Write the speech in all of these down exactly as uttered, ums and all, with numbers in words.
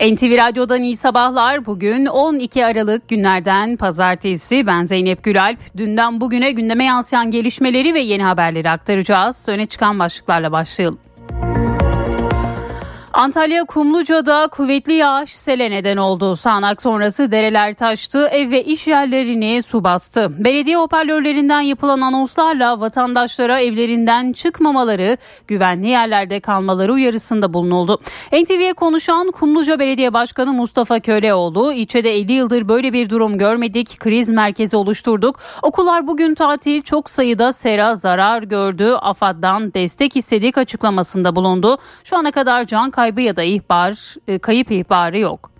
N T V Radyo'dan iyi sabahlar. Bugün on iki Aralık günlerden pazartesi. Ben Zeynep Gülalp. Dünden bugüne gündeme yansıyan gelişmeleri ve yeni haberleri aktaracağız. Öne çıkan başlıklarla başlayalım. Antalya Kumluca'da kuvvetli yağış sele neden oldu. Sağanak sonrası dereler taştı, ev ve iş yerlerini su bastı. Belediye hoparlörlerinden yapılan anonslarla vatandaşlara evlerinden çıkmamaları, güvenli yerlerde kalmaları uyarısında bulunuldu. N T V'ye konuşan Kumluca Belediye Başkanı Mustafa Köleoğlu, ilçede elli yıldır böyle bir durum görmedik, kriz merkezi oluşturduk. Okullar bugün tatil, çok sayıda sera zarar gördü, AFAD'dan destek istedik açıklamasında bulundu. Şu ana kadar can kaybı ya da ihbar, kayıp ihbarı yok.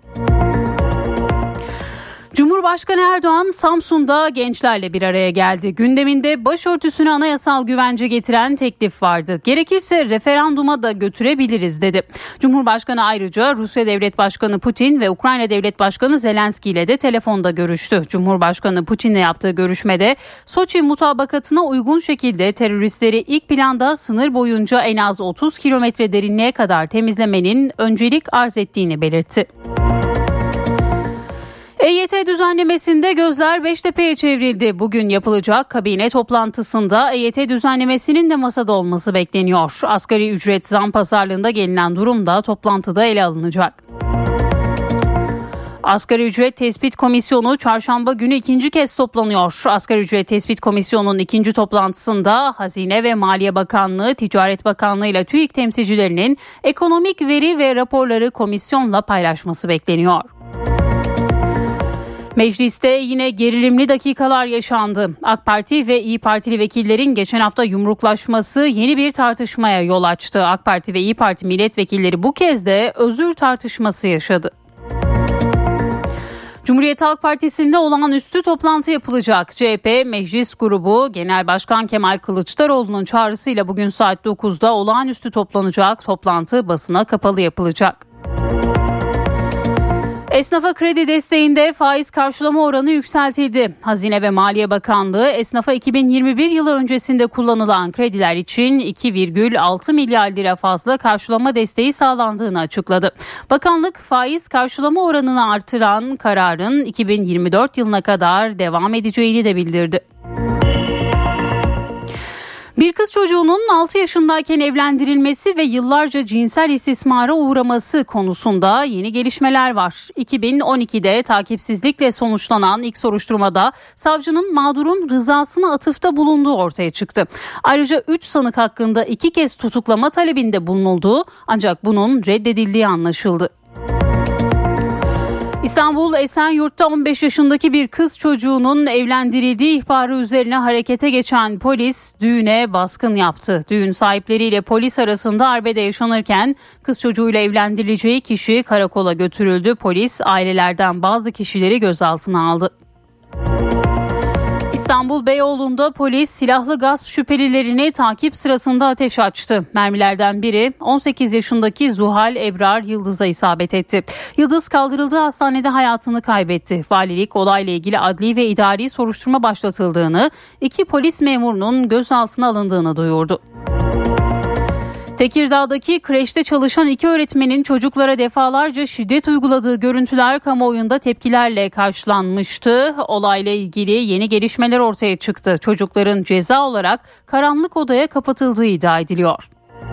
Cumhurbaşkanı Erdoğan Samsun'da gençlerle bir araya geldi. Gündeminde başörtüsüne anayasal güvence getiren teklif vardı. Gerekirse referanduma da götürebiliriz dedi. Cumhurbaşkanı ayrıca Rusya Devlet Başkanı Putin ve Ukrayna Devlet Başkanı Zelenski ile de telefonda görüştü. Cumhurbaşkanı Putin'le yaptığı görüşmede Soçi mutabakatına uygun şekilde teröristleri ilk planda sınır boyunca en az otuz kilometre derinliğe kadar temizlemenin öncelik arz ettiğini belirtti. E Y T düzenlemesinde gözler Beştepe'ye çevrildi. Bugün yapılacak kabine toplantısında E Y T düzenlemesinin de masada olması bekleniyor. Asgari ücret zam pazarlığında gelinen durum da toplantıda ele alınacak. Asgari ücret tespit komisyonu çarşamba günü ikinci kez toplanıyor. Asgari ücret tespit komisyonunun ikinci toplantısında Hazine ve Maliye Bakanlığı, Ticaret Bakanlığı ile TÜİK temsilcilerinin ekonomik veri ve raporları komisyonla paylaşması bekleniyor. Mecliste yine gerilimli dakikalar yaşandı. AK Parti ve İYİ Partili vekillerin geçen hafta yumruklaşması yeni bir tartışmaya yol açtı. AK Parti ve İYİ Parti milletvekilleri bu kez de özür tartışması yaşadı. Cumhuriyet Halk Partisi'nde olağanüstü toplantı yapılacak. C H P Meclis Grubu Genel Başkan Kemal Kılıçdaroğlu'nun çağrısıyla bugün saat dokuzda olağanüstü toplanacak. Toplantı basına kapalı yapılacak. Esnafa kredi desteğinde faiz karşılama oranı yükseltildi. Hazine ve Maliye Bakanlığı esnafa iki bin yirmi bir yılı öncesinde kullanılan krediler için iki virgül altı milyar lira fazla karşılama desteği sağlandığını açıkladı. Bakanlık faiz karşılama oranını artıran kararın iki bin yirmi dört yılına kadar devam edeceğini de bildirdi. Bir kız çocuğunun altı yaşındayken evlendirilmesi ve yıllarca cinsel istismara uğraması konusunda yeni gelişmeler var. iki bin on ikide takipsizlikle sonuçlanan ilk soruşturmada savcının mağdurun rızasına atıfta bulunduğu ortaya çıktı. Ayrıca üç sanık hakkında iki kez tutuklama talebinde bulunulduğu ancak bunun reddedildiği anlaşıldı. İstanbul Esenyurt'ta on beş yaşındaki bir kız çocuğunun evlendirildiği ihbarı üzerine harekete geçen polis düğüne baskın yaptı. Düğün sahipleriyle polis arasında arbede yaşanırken kız çocuğuyla evlendirileceği kişi karakola götürüldü. Polis ailelerden bazı kişileri gözaltına aldı. İstanbul Beyoğlu'nda polis silahlı gasp şüphelilerini takip sırasında ateş açtı. Mermilerden biri on sekiz yaşındaki Zuhal Ebrar Yıldız'a isabet etti. Yıldız kaldırıldığı hastanede hayatını kaybetti. Valilik olayla ilgili adli ve idari soruşturma başlatıldığını, iki polis memurunun gözaltına alındığını duyurdu. Tekirdağ'daki kreşte çalışan iki öğretmenin çocuklara defalarca şiddet uyguladığı görüntüler kamuoyunda tepkilerle karşılanmıştı. Olayla ilgili yeni gelişmeler ortaya çıktı. Çocukların ceza olarak karanlık odaya kapatıldığı iddia ediliyor.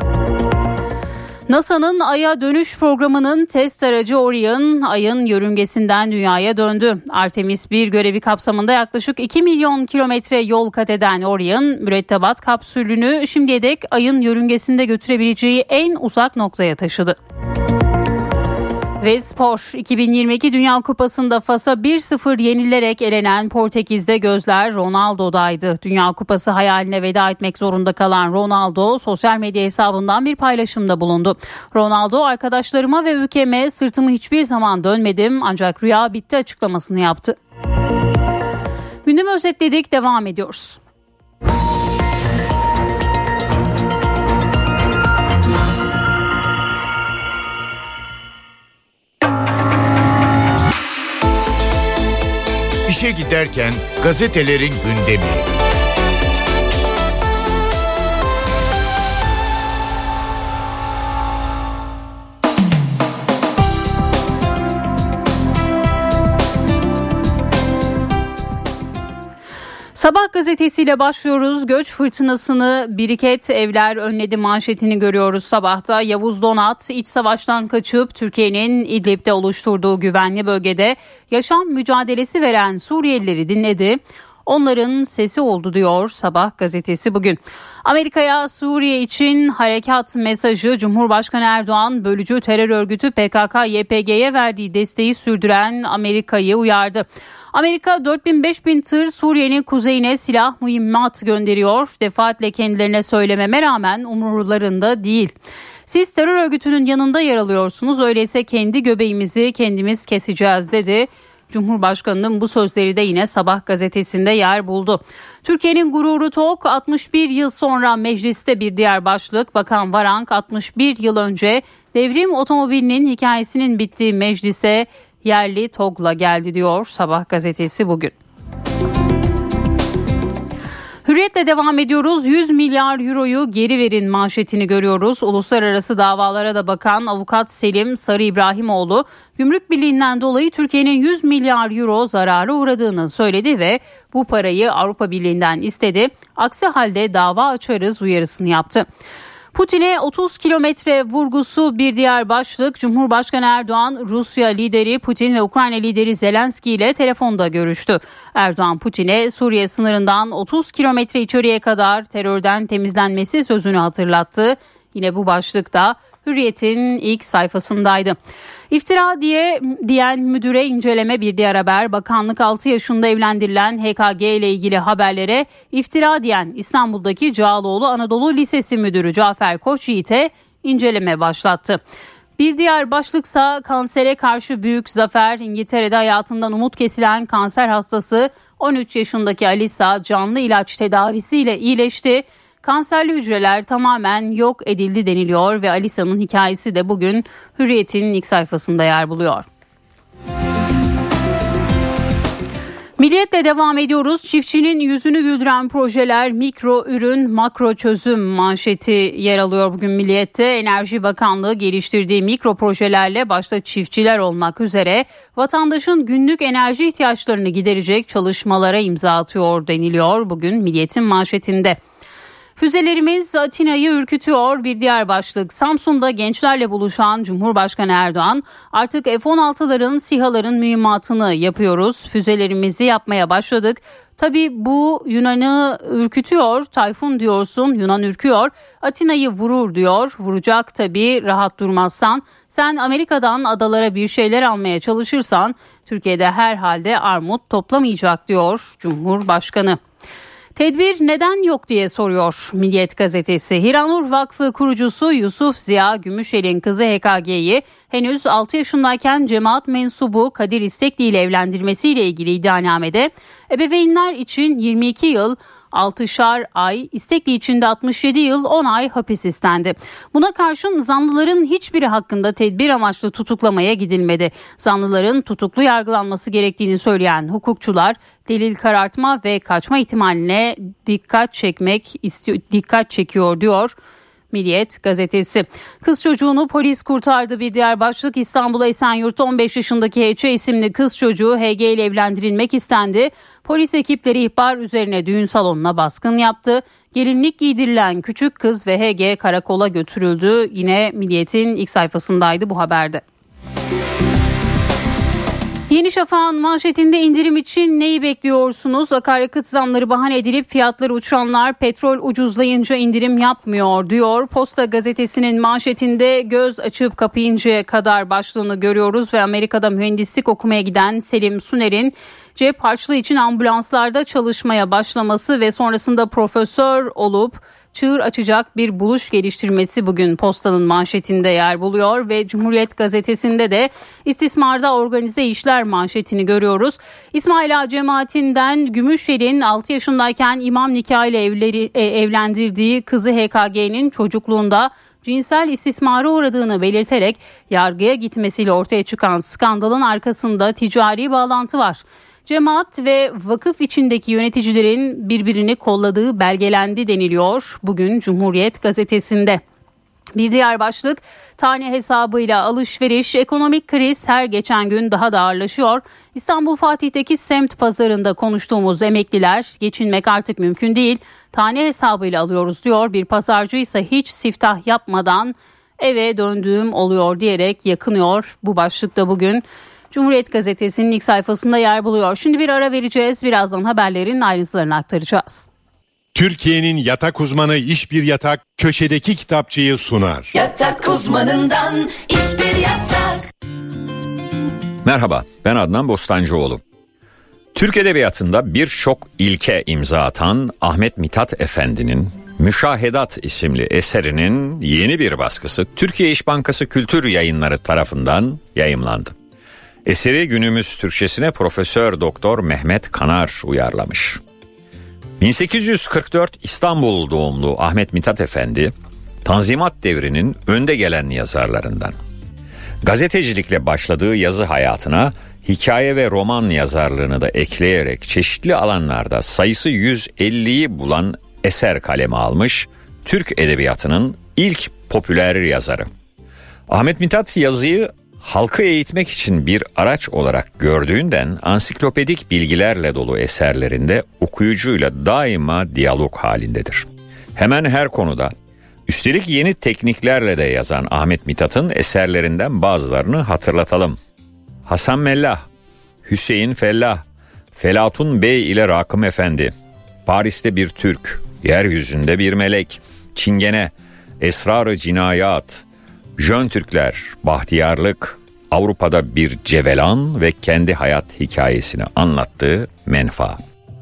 NASA'nın Ay'a dönüş programının test aracı Orion, Ay'ın yörüngesinden dünyaya döndü. Artemis bir görevi kapsamında yaklaşık iki milyon kilometre yol kat eden Orion, mürettebat kapsülünü şimdiye dek Ay'ın yörüngesinde götürebileceği en uzak noktaya taşıdı. Ve spor, iki bin yirmi iki Dünya Kupası'nda Fas'a bir sıfır yenilerek elenen Portekiz'de gözler Ronaldo'daydı. Dünya Kupası hayaline veda etmek zorunda kalan Ronaldo sosyal medya hesabından bir paylaşımda bulundu. Ronaldo, arkadaşlarıma ve ülkeme sırtımı hiçbir zaman dönmedim ancak rüya bitti açıklamasını yaptı. Gündemi özetledik, devam ediyoruz. İşe giderken gazetelerin gündemi. Sabah gazetesiyle başlıyoruz. Göç fırtınasını biriket evler önledi manşetini görüyoruz sabahta. Yavuz Donat iç savaştan kaçıp Türkiye'nin İdlib'de oluşturduğu güvenli bölgede yaşam mücadelesi veren Suriyelileri dinledi. Onların sesi oldu diyor Sabah gazetesi bugün. Amerika'ya Suriye için harekat mesajı. Cumhurbaşkanı Erdoğan bölücü terör örgütü P K K Y P G'ye verdiği desteği sürdüren Amerika'yı uyardı. Amerika dört bin beş bin tır Suriye'nin kuzeyine silah mühimmat gönderiyor. Defaatle kendilerine söylememe rağmen umurlarında değil. Siz terör örgütünün yanında yer alıyorsunuz, öyleyse kendi göbeğimizi kendimiz keseceğiz dedi. Cumhurbaşkanının bu sözleri de yine Sabah gazetesinde yer buldu. Türkiye'nin gururu TOK altmış bir yıl sonra mecliste bir diğer başlık. Bakan Varank altmış bir yıl önce devrim otomobilinin hikayesinin bittiği meclise yerli TOG'la geldi diyor Sabah gazetesi bugün. Hürriyetle devam ediyoruz. yüz milyar euroyu geri verin manşetini görüyoruz. Uluslararası davalara da bakan avukat Selim Sarı İbrahimoğlu, Gümrük Birliği'nden dolayı Türkiye'nin yüz milyar euro zarara uğradığını söyledi ve bu parayı Avrupa Birliği'nden istedi. Aksi halde dava açarız uyarısını yaptı. Putin'e otuz kilometre vurgusu bir diğer başlık. Cumhurbaşkanı Erdoğan, Rusya lideri Putin ve Ukrayna lideri Zelenski ile telefonda görüştü. Erdoğan, Putin'e Suriye sınırından otuz kilometre içeriye kadar terörden temizlenmesi sözünü hatırlattı. Yine bu başlıkta Hürriyet'in ilk sayfasındaydı. İftira diye diyen müdüre inceleme bir diğer haber. Bakanlık altı yaşında evlendirilen H K G ile ilgili haberlere iftira diyen İstanbul'daki Cağaloğlu Anadolu Lisesi müdürü Cafer Koçyiğit'e inceleme başlattı. Bir diğer başlıksa kansere karşı büyük zafer. İngiltere'de hayatından umut kesilen kanser hastası on üç yaşındaki Alisa canlı ilaç tedavisiyle iyileşti. Kanserli hücreler tamamen yok edildi deniliyor ve Alisa'nın hikayesi de bugün Hürriyet'in ilk sayfasında yer buluyor. Milliyet'le devam ediyoruz. Çiftçinin yüzünü güldüren projeler, mikro ürün, makro çözüm manşeti yer alıyor bugün Milliyet'te. Enerji Bakanlığı geliştirdiği mikro projelerle başta çiftçiler olmak üzere vatandaşın günlük enerji ihtiyaçlarını giderecek çalışmalara imza atıyor deniliyor bugün Milliyet'in manşetinde. Füzelerimiz Atina'yı ürkütüyor bir diğer başlık. Samsun'da gençlerle buluşan Cumhurbaşkanı Erdoğan, artık F on altıların, SİHA'ların mühimmatını yapıyoruz. Füzelerimizi yapmaya başladık. Tabii bu Yunan'ı ürkütüyor. Tayfun diyorsun, Yunan ürküyor. Atina'yı vurur diyor. Vuracak tabii rahat durmazsan. Sen Amerika'dan adalara bir şeyler almaya çalışırsan Türkiye'de herhalde armut toplamayacak diyor Cumhurbaşkanı. Tedbir neden yok diye soruyor Milliyet gazetesi. Hiranur Vakfı kurucusu Yusuf Ziya Gümüşel'in kızı H K G'yi henüz altı yaşındayken cemaat mensubu Kadir İstekli ile evlendirmesiyle ilgili iddianamede ebeveynler için yirmi iki yıl altışar ay, İstekli için de altmış yedi yıl on ay hapis istendi. Buna karşın zanlıların hiçbiri hakkında tedbir amaçlı tutuklamaya gidilmedi. Zanlıların tutuklu yargılanması gerektiğini söyleyen hukukçular delil karartma ve kaçma ihtimaline dikkat çekmek istiyor, dikkat çekiyor diyor Milliyet gazetesi. Kız çocuğunu polis kurtardı bir diğer başlık. İstanbul Esenyurt'ta on beş yaşındaki H Ç isimli kız çocuğu H G ile evlendirilmek istendi. Polis ekipleri ihbar üzerine düğün salonuna baskın yaptı. Gelinlik giydirilen küçük kız ve H G karakola götürüldü. Yine Milliyet'in ilk sayfasındaydı bu haberde. Yeni Şafak'ın manşetinde indirim için neyi bekliyorsunuz? Akaryakıt zamları bahane edilip fiyatları uçuranlar petrol ucuzlayınca indirim yapmıyor diyor. Posta gazetesinin manşetinde göz açıp kapayıncaya kadar başlığını görüyoruz ve Amerika'da mühendislik okumaya giden Selim Suner'in cep harçlığı için ambulanslarda çalışmaya başlaması ve sonrasında profesör olup çığır açacak bir buluş geliştirmesi bugün Posta'nın manşetinde yer buluyor ve Cumhuriyet gazetesinde de istismarda organize işler manşetini görüyoruz. İsmail Ağa cemaatinden Gümüşel'in altı yaşındayken imam nikahıyla evleri, e, evlendirdiği kızı H K G'nin çocukluğunda cinsel istismara uğradığını belirterek yargıya gitmesiyle ortaya çıkan skandalın arkasında ticari bağlantı var. Cemaat ve vakıf içindeki yöneticilerin birbirini kolladığı belgelendi deniliyor bugün Cumhuriyet gazetesinde. Bir diğer başlık tane hesabıyla alışveriş, ekonomik kriz her geçen gün daha da ağırlaşıyor. İstanbul Fatih'teki semt pazarında konuştuğumuz emekliler geçinmek artık mümkün değil. Tane hesabıyla alıyoruz diyor. Bir pazarcı ise hiç siftah yapmadan eve döndüğüm oluyor diyerek yakınıyor. Bu başlıkta bugün Cumhuriyet Gazetesi'nin ilk sayfasında yer buluyor. Şimdi bir ara vereceğiz. Birazdan haberlerin ayrıntılarını aktaracağız. Türkiye'nin yatak uzmanı İş Bir Yatak köşedeki kitapçıyı sunar. Yatak uzmanından İş Bir Yatak. Merhaba, ben Adnan Bostancıoğlu. Türk Edebiyatı'nda birçok ilke imza atan Ahmet Mithat Efendi'nin Müşahedat isimli eserinin yeni bir baskısı Türkiye İş Bankası Kültür Yayınları tarafından yayımlandı. Eseri günümüz Türkçesine Profesör Doktor Mehmet Kanar uyarlamış. bin sekiz yüz kırk dört İstanbul doğumlu Ahmet Mithat Efendi, Tanzimat devrinin önde gelen yazarlarından. Gazetecilikle başladığı yazı hayatına hikaye ve roman yazarlığını da ekleyerek çeşitli alanlarda sayısı yüz elliyi bulan eser kaleme almış, Türk Edebiyatı'nın ilk popüler yazarı. Ahmet Mithat yazıyı halkı eğitmek için bir araç olarak gördüğünden ansiklopedik bilgilerle dolu eserlerinde okuyucuyla daima diyalog halindedir. Hemen her konuda, üstelik yeni tekniklerle de yazan Ahmet Mithat'ın eserlerinden bazılarını hatırlatalım. Hasan Mellah, Hüseyin Fellah, Felatun Bey ile Rakım Efendi, Paris'te bir Türk, Yeryüzünde bir Melek, Çingene, Esrar-ı Cinayat, Jön Türkler, Bahtiyarlık, Avrupa'da bir Cevelan ve kendi hayat hikayesini anlattığı Menfa.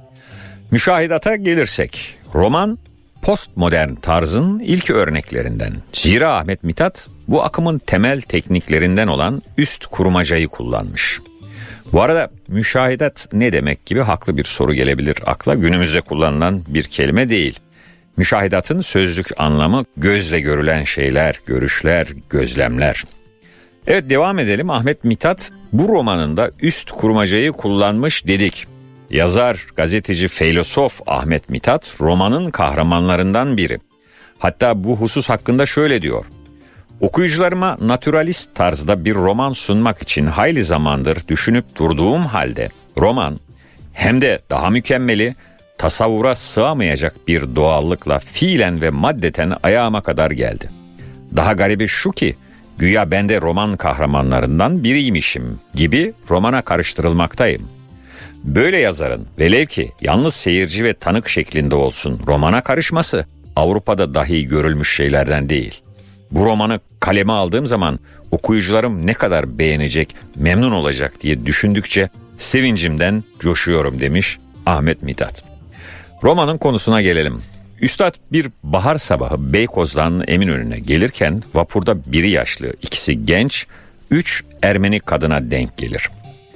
Müşahedata gelirsek, roman postmodern tarzın ilk örneklerinden. Zira Ahmet Mithat bu akımın temel tekniklerinden olan üst kurmacayı kullanmış. Bu arada müşahedat ne demek gibi haklı bir soru gelebilir akla. Günümüzde kullanılan bir kelime değil. Müşahedatın sözlük anlamı gözle görülen şeyler, görüşler, gözlemler. Evet, devam edelim. Ahmet Mithat bu romanında üst kurmacayı kullanmış dedik. Yazar, gazeteci, filozof Ahmet Mithat romanın kahramanlarından biri. Hatta bu husus hakkında şöyle diyor. Okuyucularıma naturalist tarzda bir roman sunmak için hayli zamandır düşünüp durduğum halde roman hem de daha mükemmeli, tasavvura sığamayacak bir doğallıkla fiilen ve maddeten ayağıma kadar geldi. Daha garibi şu ki güya ben de roman kahramanlarından biriymişim gibi romana karıştırılmaktayım. Böyle yazarın velev ki yalnız seyirci ve tanık şeklinde olsun romana karışması Avrupa'da dahi görülmüş şeylerden değil. Bu romanı kaleme aldığım zaman okuyucularım ne kadar beğenecek, memnun olacak diye düşündükçe sevincimden coşuyorum demiş Ahmet Mithat. Romanın konusuna gelelim. Üstad bir bahar sabahı Beykoz'dan Eminönü'ne gelirken vapurda biri yaşlı, ikisi genç, üç Ermeni kadına denk gelir.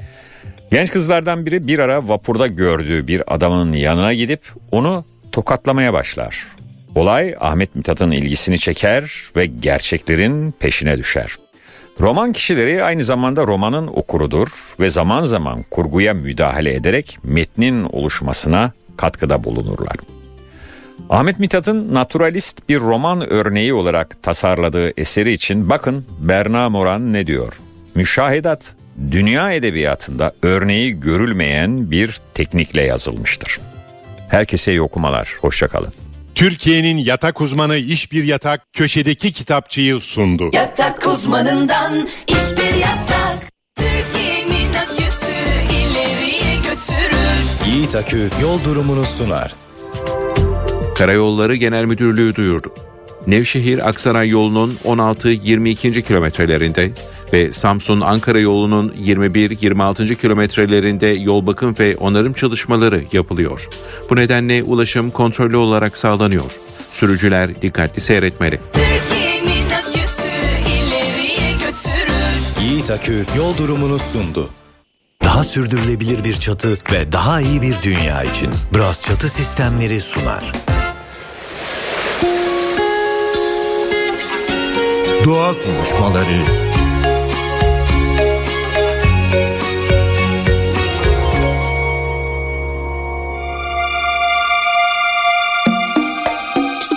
Genç kızlardan biri bir ara vapurda gördüğü bir adamın yanına gidip onu tokatlamaya başlar. Olay Ahmet Mithat'ın ilgisini çeker ve gerçeklerin peşine düşer. Roman kişileri aynı zamanda romanın okurudur ve zaman zaman kurguya müdahale ederek metnin oluşmasına katkıda bulunurlar. Ahmet Mithat'ın naturalist bir roman örneği olarak tasarladığı eseri için bakın Berna Moran ne diyor? Müşahedat, dünya edebiyatında örneği görülmeyen bir teknikle yazılmıştır. Herkese iyi okumalar, hoşça kalın. Türkiye'nin yatak uzmanı İş Bir Yatak köşedeki kitapçıyı sundu. Yatak uzmanından İş Bir Yatak. Türkiye'nin aküsü ileriye götürür. Yiğit Akü yol durumunu sunar. Karayolları Genel Müdürlüğü duyurdu. Nevşehir-Aksaray yolunun on altı yirmi iki. kilometrelerinde ve Samsun-Ankara yolunun yirmi bir yirmi altı. kilometrelerinde yol bakım ve onarım çalışmaları yapılıyor. Bu nedenle ulaşım kontrollü olarak sağlanıyor. Sürücüler dikkatli seyretmeli. Türkiye'nin aküsü ileriye götürür. Yiğit Akü yol durumunu sundu. Daha sürdürülebilir bir çatı ve daha iyi bir dünya için Bras Çatı Sistemleri sunar. Doğa konuşmaları.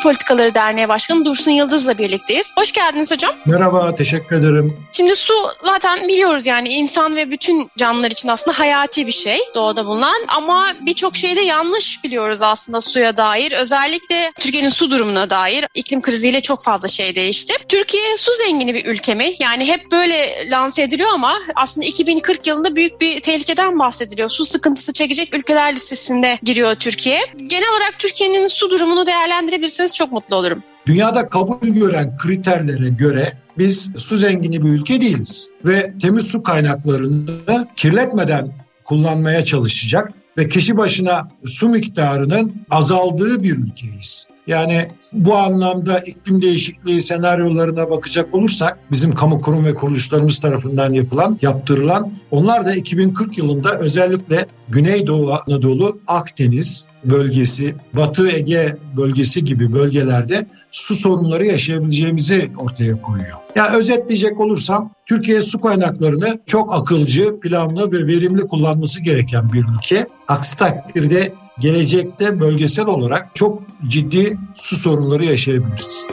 Politikaları Derneği Başkanı Dursun Yıldız'la birlikteyiz. Hoş geldiniz hocam. Merhaba, teşekkür ederim. Şimdi su zaten biliyoruz yani insan ve bütün canlılar için aslında hayati bir şey doğada bulunan, ama birçok şeyde yanlış biliyoruz aslında suya dair. Özellikle Türkiye'nin su durumuna dair iklim kriziyle çok fazla şey değişti. Türkiye su zengini bir ülke mi? Yani hep böyle lanse ediliyor ama aslında iki bin kırk yılında büyük bir tehlikeden bahsediliyor. Su sıkıntısı çekecek ülkeler listesinde giriyor Türkiye. Genel olarak Türkiye'nin su durumunu değerlendirebilirseniz çok mutlu olurum. Dünyada kabul gören kriterlere göre biz su zengini bir ülke değiliz. Ve temiz su kaynaklarını kirletmeden kullanmaya çalışacak ve kişi başına su miktarının azaldığı bir ülkeyiz. Yani bu anlamda iklim değişikliği senaryolarına bakacak olursak bizim kamu kurum ve kuruluşlarımız tarafından yapılan, yaptırılan, onlar da iki bin kırk yılında özellikle Güneydoğu Anadolu, Akdeniz bölgesi, Batı Ege bölgesi gibi bölgelerde su sorunları yaşayabileceğimizi ortaya koyuyor. Yani özetleyecek olursam Türkiye su kaynaklarını çok akılcı, planlı ve verimli kullanması gereken bir ülke. Aksi takdirde gelecekte bölgesel olarak çok ciddi su sorunları yaşayabiliriz.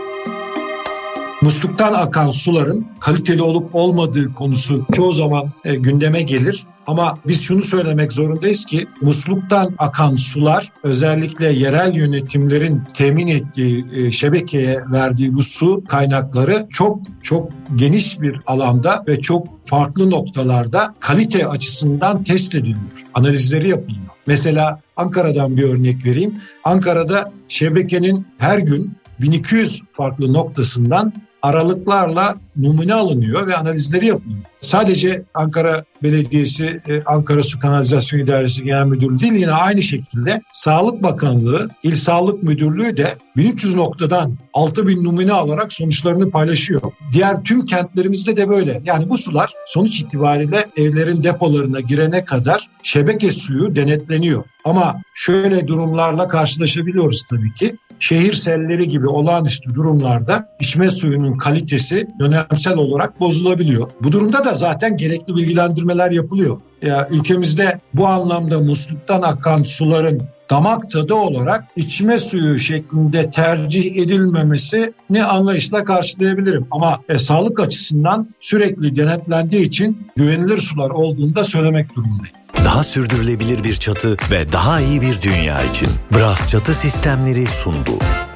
Musluktan akan suların kaliteli olup olmadığı konusu çoğu zaman e, gündeme gelir. Ama biz şunu söylemek zorundayız ki musluktan akan sular, özellikle yerel yönetimlerin temin ettiği, e, şebekeye verdiği bu su kaynakları çok çok geniş bir alanda ve çok farklı noktalarda kalite açısından test ediliyor. Analizleri yapılıyor. Mesela Ankara'dan bir örnek vereyim. Ankara'da şebekenin her gün bin iki yüz farklı noktasından aralıklarla numune alınıyor ve analizleri yapılıyor. Sadece Ankara Belediyesi, Ankara Su Kanalizasyon İdaresi Genel Müdürlüğü değil, yine aynı şekilde Sağlık Bakanlığı, İl Sağlık Müdürlüğü de bin üç yüz noktadan altı bin numune alarak sonuçlarını paylaşıyor. Diğer tüm kentlerimizde de böyle. Yani bu sular sonuç itibariyle evlerin depolarına girene kadar şebeke suyu denetleniyor. Ama şöyle durumlarla karşılaşabiliyoruz tabii ki. Şehir selleri gibi olağanüstü durumlarda içme suyunun kalitesi dönemsel olarak bozulabiliyor. Bu durumda da zaten gerekli bilgilendirmeler yapılıyor. Ya ülkemizde bu anlamda musluktan akan suların damak tadı olarak içme suyu şeklinde tercih edilmemesini anlayışla karşılayabilirim. Ama e, sağlık açısından sürekli denetlendiği için güvenilir sular olduğunu da söylemek durumundayım. Daha sürdürülebilir bir çatı ve daha iyi bir dünya için Bras Çatı Sistemleri sundu.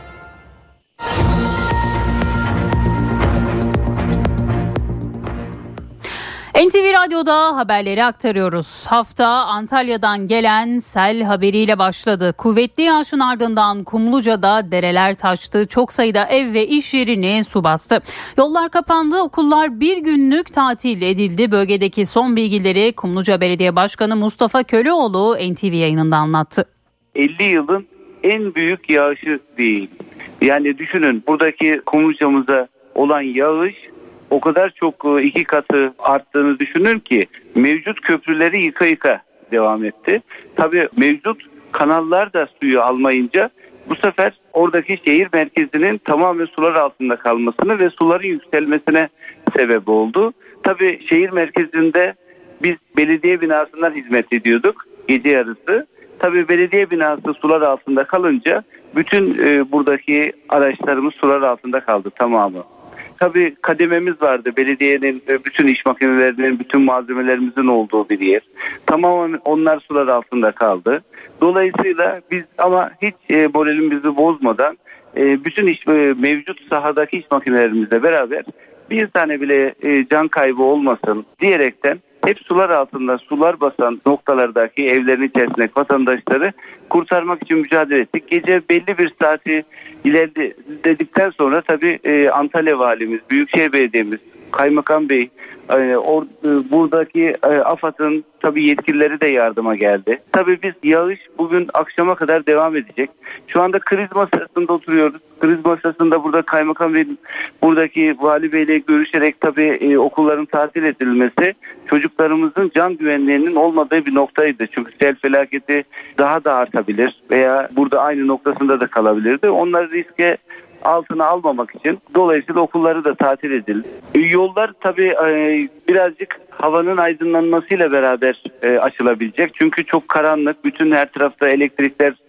N T V Radyo'da haberleri aktarıyoruz. Hafta Antalya'dan gelen sel haberiyle başladı. Kuvvetli yağışın ardından Kumluca'da dereler taştı. Çok sayıda ev ve iş yerini su bastı. Yollar kapandı, okullar bir günlük tatil edildi. Bölgedeki son bilgileri Kumluca Belediye Başkanı Mustafa Köleoğlu N T V yayınında anlattı. elli yılın en büyük yağışı değil. Yani düşünün, buradaki Kumluca'mıza olan yağış o kadar çok iki katı arttığını düşünün ki mevcut köprüleri yıka yıka devam etti. Tabii mevcut kanallar da suyu almayınca bu sefer oradaki şehir merkezinin tamamen sular altında kalmasını ve suların yükselmesine sebep oldu. Tabii şehir merkezinde biz belediye binasından hizmet ediyorduk gece yarısı. Tabii belediye binası sular altında kalınca bütün e, buradaki araçlarımız sular altında kaldı tamamı. Tabii kadememiz vardı. Belediyenin bütün iş makinelerinin, bütün malzemelerimizin olduğu bir yer. Tamamen onlar sular altında kaldı. Dolayısıyla biz ama hiç e, moralimizi bozmadan e, bütün iş, e, mevcut sahadaki iş makinelerimizle beraber bir tane bile e, can kaybı olmasın diyerekten hep sular altında, sular basan noktalardaki evlerin içerisindeki vatandaşları kurtarmak için mücadele ettik. Gece belli bir saati ilerledikten sonra tabii e, Antalya Valimiz, Büyükşehir Belediye'miz, Kaymakam Bey, e, or, e, buradaki e, AFAD'ın tabii yetkilileri de yardıma geldi. Tabii biz yağış bugün akşama kadar devam edecek. Şu anda kriz masasında oturuyoruz. Kriz masasında burada Kaymakam Bey, buradaki Vali Bey'le görüşerek tabii e, okulların tatil edilmesi çocuklarımızın can güvenliğinin olmadığı bir noktaydı. Çünkü sel felaketi daha da artabilir veya burada aynı noktasında da kalabilirdi. Onları riske altına almamak için dolayısıyla okulları da tatil edildi. Yollar tabii e, birazcık havanın aydınlanmasıyla beraber e, açılabilecek. Çünkü çok karanlık, bütün her tarafta elektrikler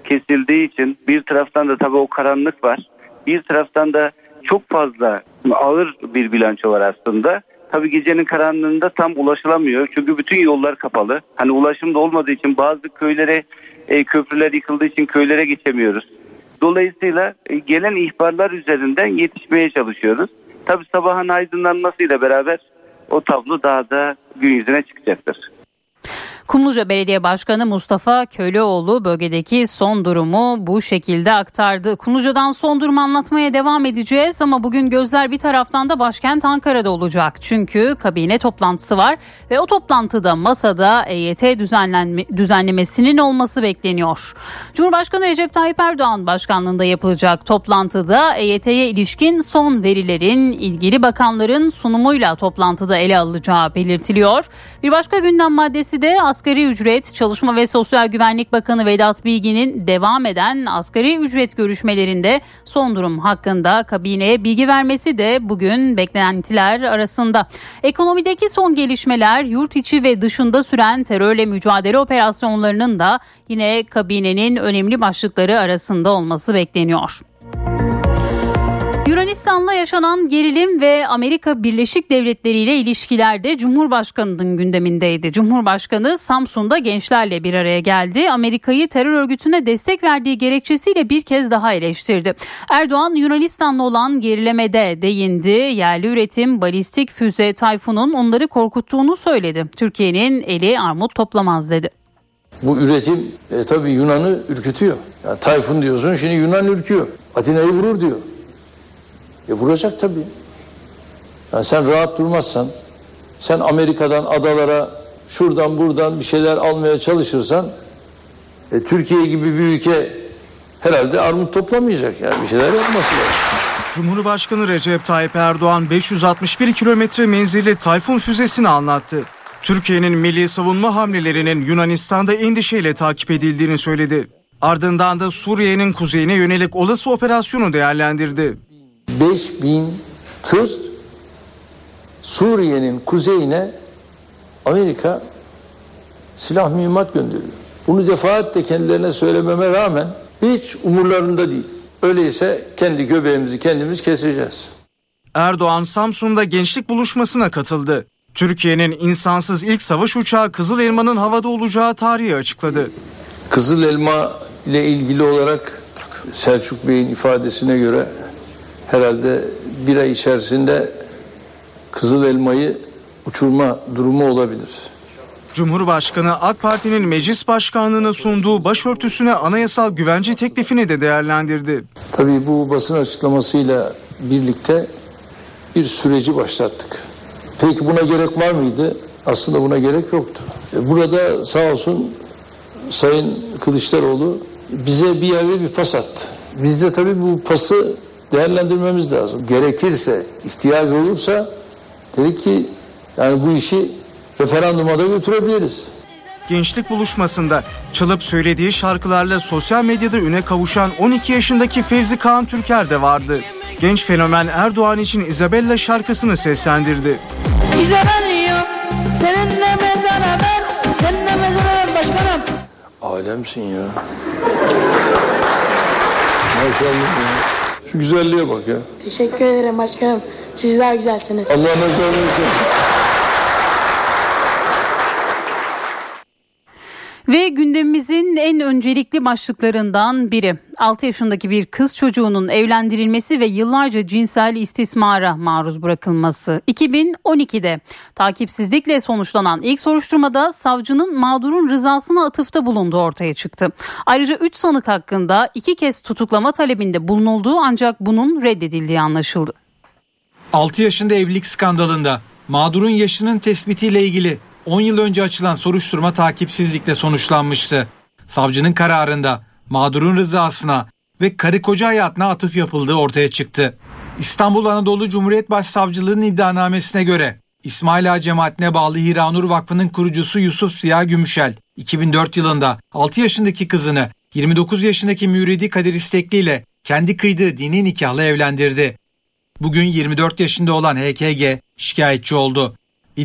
kesildiği için bir taraftan da tabii o karanlık var. Bir taraftan da çok fazla ağır bir bilanço var aslında. Tabii gecenin karanlığında tam ulaşılamıyor. Çünkü bütün yollar kapalı. Hani ulaşım da olmadığı için bazı köylere e, köprüler yıkıldığı için köylere geçemiyoruz. Dolayısıyla e, gelen ihbarlar üzerinden yetişmeye çalışıyoruz. Tabii sabahın aydınlanmasıyla beraber o tablo daha da gün yüzüne çıkacaktır. Kumluca Belediye Başkanı Mustafa Köylüoğlu bölgedeki son durumu bu şekilde aktardı. Kumluca'dan son durumu anlatmaya devam edeceğiz ama bugün gözler bir taraftan da başkent Ankara'da olacak. Çünkü kabine toplantısı var ve o toplantıda masada E Y T düzenlenme, düzenlemesinin olması bekleniyor. Cumhurbaşkanı Recep Tayyip Erdoğan başkanlığında yapılacak toplantıda E Y T'ye ilişkin son verilerin ilgili bakanların sunumuyla toplantıda ele alınacağı belirtiliyor. Bir başka gündem maddesi de asgari ücret. Çalışma ve Sosyal Güvenlik Bakanı Vedat Bilgin'in devam eden asgari ücret görüşmelerinde son durum hakkında kabineye bilgi vermesi de bugün beklentiler arasında. Ekonomideki son gelişmeler, yurt içi ve dışında süren terörle mücadele operasyonlarının da yine kabinenin önemli başlıkları arasında olması bekleniyor. Yunanistan'la yaşanan gerilim ve Amerika Birleşik Devletleri ile ilişkilerde Cumhurbaşkanı'nın gündemindeydi. Cumhurbaşkanı Samsun'da gençlerle bir araya geldi. Amerika'yı terör örgütüne destek verdiği gerekçesiyle bir kez daha eleştirdi. Erdoğan Yunanistan'la olan gerilemede değindi. Yerli üretim balistik füze Tayfun'un onları korkuttuğunu söyledi. Türkiye'nin eli armut toplamaz dedi. Bu üretim e, tabii Yunan'ı ürkütüyor. Yani Tayfun diyorsun, şimdi Yunan ürküyor. Atina'yı vurur diyor. E vuracak tabii. Yani sen rahat durmazsan, sen Amerika'dan adalara şuradan buradan bir şeyler almaya çalışırsan e, Türkiye gibi bir ülke herhalde armut toplamayacak, yani bir şeyler yapması lazım. Cumhurbaşkanı Recep Tayyip Erdoğan beş yüz altmış bir kilometre menzilli Tayfun füzesini anlattı. Türkiye'nin milli savunma hamlelerinin Yunanistan'da endişeyle takip edildiğini söyledi. Ardından da Suriye'nin kuzeyine yönelik olası operasyonu değerlendirdi. beş bin tır Suriye'nin kuzeyine Amerika silah mühimmat gönderiyor. Bunu defaatle kendilerine söylememe rağmen hiç umurlarında değil. Öyleyse kendi göbeğimizi kendimiz keseceğiz. Erdoğan Samsun'da gençlik buluşmasına katıldı. Türkiye'nin insansız ilk savaş uçağı Kızıl Elma'nın havada olacağı tarihi açıkladı. Kızıl Elma ile ilgili olarak Selçuk Bey'in ifadesine göre herhalde bir ay içerisinde Kızıl Elma'yı uçurma durumu olabilir. Cumhurbaşkanı AK Parti'nin meclis başkanlığına sunduğu başörtüsüne anayasal güvence teklifini de değerlendirdi. Tabii bu basın açıklamasıyla birlikte bir süreci başlattık. Peki buna gerek var mıydı? Aslında buna gerek yoktu. Burada sağ olsun Sayın Kılıçdaroğlu bize bir yerde bir pas attı. Biz de tabii bu pası değerlendirmemiz lazım. Gerekirse, ihtiyaç olursa dedik ki yani bu işi referanduma da götürebiliriz. Gençlik buluşmasında çalıp söylediği şarkılarla sosyal medyada üne kavuşan on iki yaşındaki Fevzi Kağan Türker de vardı. Genç fenomen Erdoğan için Isabella şarkısını seslendirdi. Isabella, seninle mezara ben, seninle mezara ben başkanım. Alemsin ya. Maşallah ya. Şu güzelliğe bak ya. Teşekkür ederim başkanım. Siz daha güzelsiniz. Allah nazar versin. Ve gündemimizin en öncelikli başlıklarından biri. altı yaşındaki bir kız çocuğunun evlendirilmesi ve yıllarca cinsel istismara maruz bırakılması. iki bin on ikide takipsizlikle sonuçlanan ilk soruşturmada savcının mağdurun rızasına atıfta bulunduğu ortaya çıktı. Ayrıca üç sanık hakkında iki kez tutuklama talebinde bulunulduğu ancak bunun reddedildiği anlaşıldı. altı yaşında evlilik skandalında mağdurun yaşının tespitiyle ilgili on yıl önce açılan soruşturma takipsizlikle sonuçlanmıştı. Savcının kararında mağdurun rızasına ve karı koca hayatına atıf yapıldığı ortaya çıktı. İstanbul Anadolu Cumhuriyet Başsavcılığı'nın iddianamesine göre İsmail Ağa cemaatine bağlı Hiranur Vakfı'nın kurucusu Yusuf Ziya Gümüşel iki bin dört yılında altı yaşındaki kızını yirmi dokuz yaşındaki müridi Kadir İstekli ile kendi kıydığı dini nikahla evlendirdi. Bugün yirmi dört yaşında olan H K G şikayetçi oldu.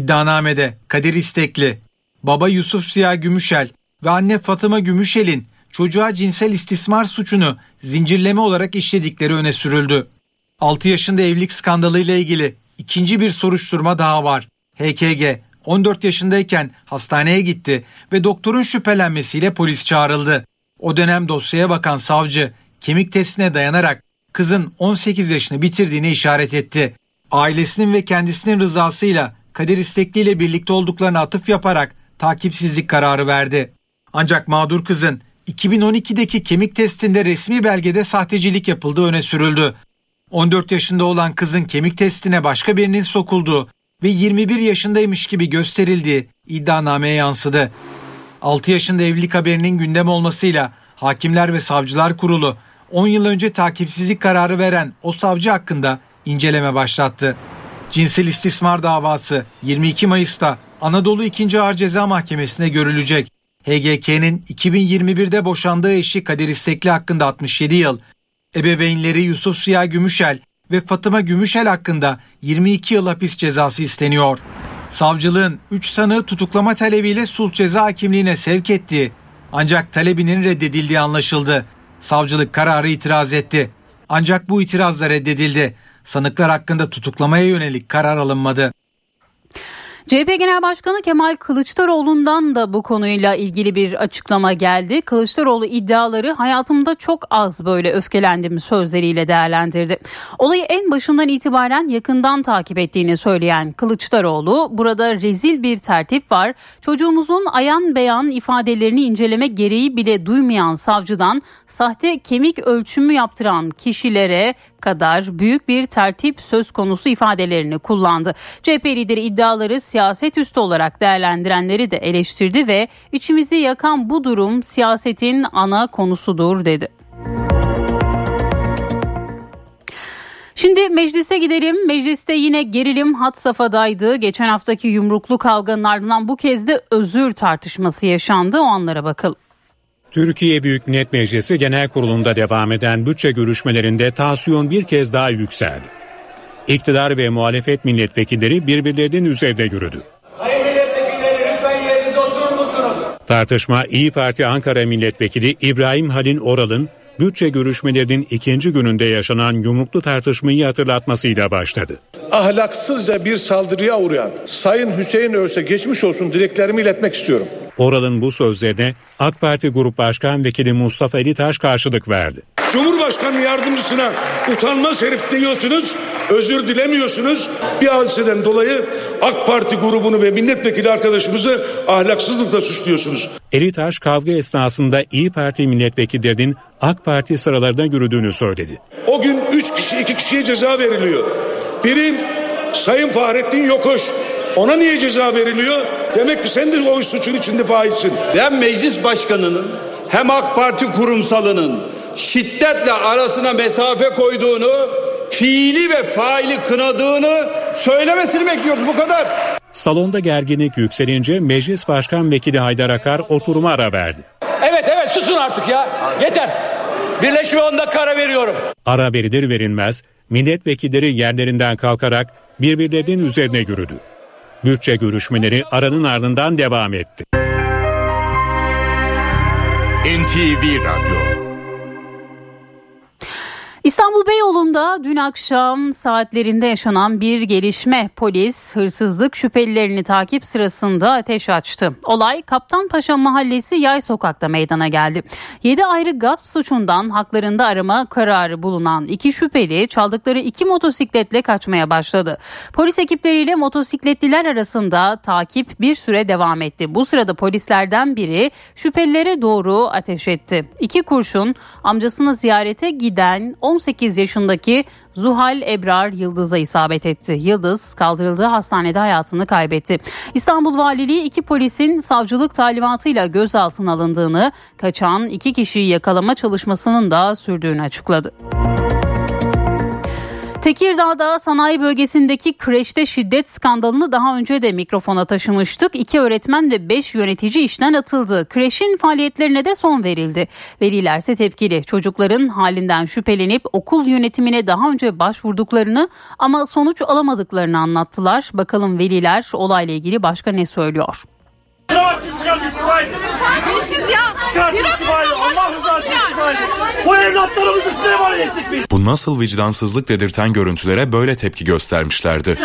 İddianamede Kadir İstekli, baba Yusuf Ziya Gümüşel ve anne Fatıma Gümüşel'in çocuğa cinsel istismar suçunu zincirleme olarak işledikleri öne sürüldü. altı yaşında evlilik skandalıyla ilgili ikinci bir soruşturma daha var. H K G on dört yaşındayken hastaneye gitti ve doktorun şüphelenmesiyle polis çağrıldı. O dönem dosyaya bakan savcı kemik testine dayanarak kızın on sekiz yaşını bitirdiğini işaret etti. Ailesinin ve kendisinin rızasıyla Kadir İstekli ile birlikte olduklarına atıf yaparak takipsizlik kararı verdi. Ancak mağdur kızın iki bin on ikideki kemik testinde resmi belgede sahtecilik yapıldığı öne sürüldü. on dört yaşında olan kızın kemik testine başka birinin sokulduğu ve yirmi bir yaşındaymış gibi gösterildiği iddianameye yansıdı. altı yaşında evlilik haberinin gündem olmasıyla Hakimler ve Savcılar Kurulu on yıl önce takipsizlik kararı veren o savcı hakkında inceleme başlattı. Cinsel istismar davası yirmi iki Mayıs'ta Anadolu ikinci Ağır Ceza Mahkemesi'ne görülecek. H G K'nin iki bin yirmi birde boşandığı eşi Kadir İstekli hakkında altmış yedi yıl, ebeveynleri Yusuf Ziya Gümüşel ve Fatıma Gümüşel hakkında yirmi iki yıl hapis cezası isteniyor. Savcılığın üç sanığı tutuklama talebiyle sulh ceza hakimliğine sevk ettiği ancak talebinin reddedildiği anlaşıldı. Savcılık kararı itiraz etti. Ancak bu itiraz da reddedildi. Sanıklar hakkında tutuklamaya yönelik karar alınmadı. C H P Genel Başkanı Kemal Kılıçdaroğlu'ndan da bu konuyla ilgili bir açıklama geldi. Kılıçdaroğlu iddiaları hayatımda çok az böyle öfkelendim sözleriyle değerlendirdi. Olayı en başından itibaren yakından takip ettiğini söyleyen Kılıçdaroğlu, burada rezil bir tertip var. Çocuğumuzun ayan beyan ifadelerini inceleme gereği bile duymayan savcıdan sahte kemik ölçümü yaptıran kişilere kadar büyük bir tertip söz konusu ifadelerini kullandı. C H P lideri iddiaları siyaset üstü olarak değerlendirenleri de eleştirdi ve içimizi yakan bu durum siyasetin ana konusudur dedi. Şimdi meclise gidelim. Mecliste yine gerilim had safhadaydı. Geçen haftaki yumruklu kavganın ardından bu kez de özür tartışması yaşandı. O anlara bakalım. Türkiye Büyük Millet Meclisi Genel Kurulu'nda devam eden bütçe görüşmelerinde tansiyon bir kez daha yükseldi. İktidar ve muhalefet milletvekilleri birbirlerinin üzerinde yürüdü. Sayın milletvekilleri lütfen yerinize oturur musunuz? Tartışma İYİ Parti Ankara Milletvekili İbrahim Halil Oral'ın bütçe görüşmelerinin ikinci gününde yaşanan yumruklu tartışmayı hatırlatmasıyla başladı. Ahlaksızca bir saldırıya uğrayan Sayın Hüseyin Örse geçmiş olsun dileklerimi iletmek istiyorum. Oral'ın bu sözlerine AK Parti Grup Başkan Vekili Mustafa Elitaş karşılık verdi. Cumhurbaşkanı yardımcısına utanmaz herif diyorsunuz, özür dilemiyorsunuz. Bir hadiseden dolayı AK Parti grubunu ve milletvekili arkadaşımızı ahlaksızlıkla suçluyorsunuz. Elitaş kavga esnasında İYİ Parti milletvekillerinin AK Parti sıralarına yürüdüğünü söyledi. O gün üç kişi iki kişiye ceza veriliyor. Biri Sayın Fahrettin Yokuş. Ona niye ceza veriliyor? Demek ki sen de o suçun içinde failsin. Hem meclis başkanının hem AK Parti kurumsalının şiddetle arasına mesafe koyduğunu, fiili ve faili kınadığını söylemesini bekliyoruz, bu kadar. Salonda gerginlik yükselince Meclis Başkan Vekili Haydar Akar oturuma ara verdi. Evet evet susun artık ya. Yeter. Birleşme on dakika ara veriyorum. Ara verilir verilmez milletvekilleri yerlerinden kalkarak birbirlerinin üzerine yürüdü. Bütçe görüşmeleri aranın ardından devam etti. N T V Radyo. İstanbul Beyoğlu'nda dün akşam saatlerinde yaşanan bir gelişme. Polis hırsızlık şüphelilerini takip sırasında ateş açtı. Olay Kaptanpaşa Mahallesi Yay Sokak'ta meydana geldi. yedi ayrı gasp suçundan haklarında arama kararı bulunan iki şüpheli çaldıkları iki motosikletle kaçmaya başladı. Polis ekipleriyle motosikletliler arasında takip bir süre devam etti. Bu sırada polislerden biri şüphelilere doğru ateş etti. İki kurşun amcasını ziyarete giden on sekiz yaşındaki Zuhal Ebrar Yıldız'a isabet etti. Yıldız kaldırıldığı hastanede hayatını kaybetti. İstanbul Valiliği iki polisin savcılık talimatıyla gözaltına alındığını, kaçan iki kişiyi yakalama çalışmasının da sürdüğünü açıkladı. Tekirdağ'da sanayi bölgesindeki kreşte şiddet skandalını daha önce de mikrofona taşımıştık. İki öğretmen ve beş yönetici işten atıldı. Kreşin faaliyetlerine de son verildi. Velilerse tepkili. Çocukların halinden şüphelenip okul yönetimine daha önce başvurduklarını ama sonuç alamadıklarını anlattılar. Bakalım veliler olayla ilgili başka ne söylüyor? Çıkartın çıkartın istifa edin. Siz ya. Çıkartın istifa edin. Allah rızası için istifa edin. Bu evlatlarımızı size emanet ettik biz. Bu nasıl vicdansızlık dedirten görüntülere böyle tepki göstermişlerdi.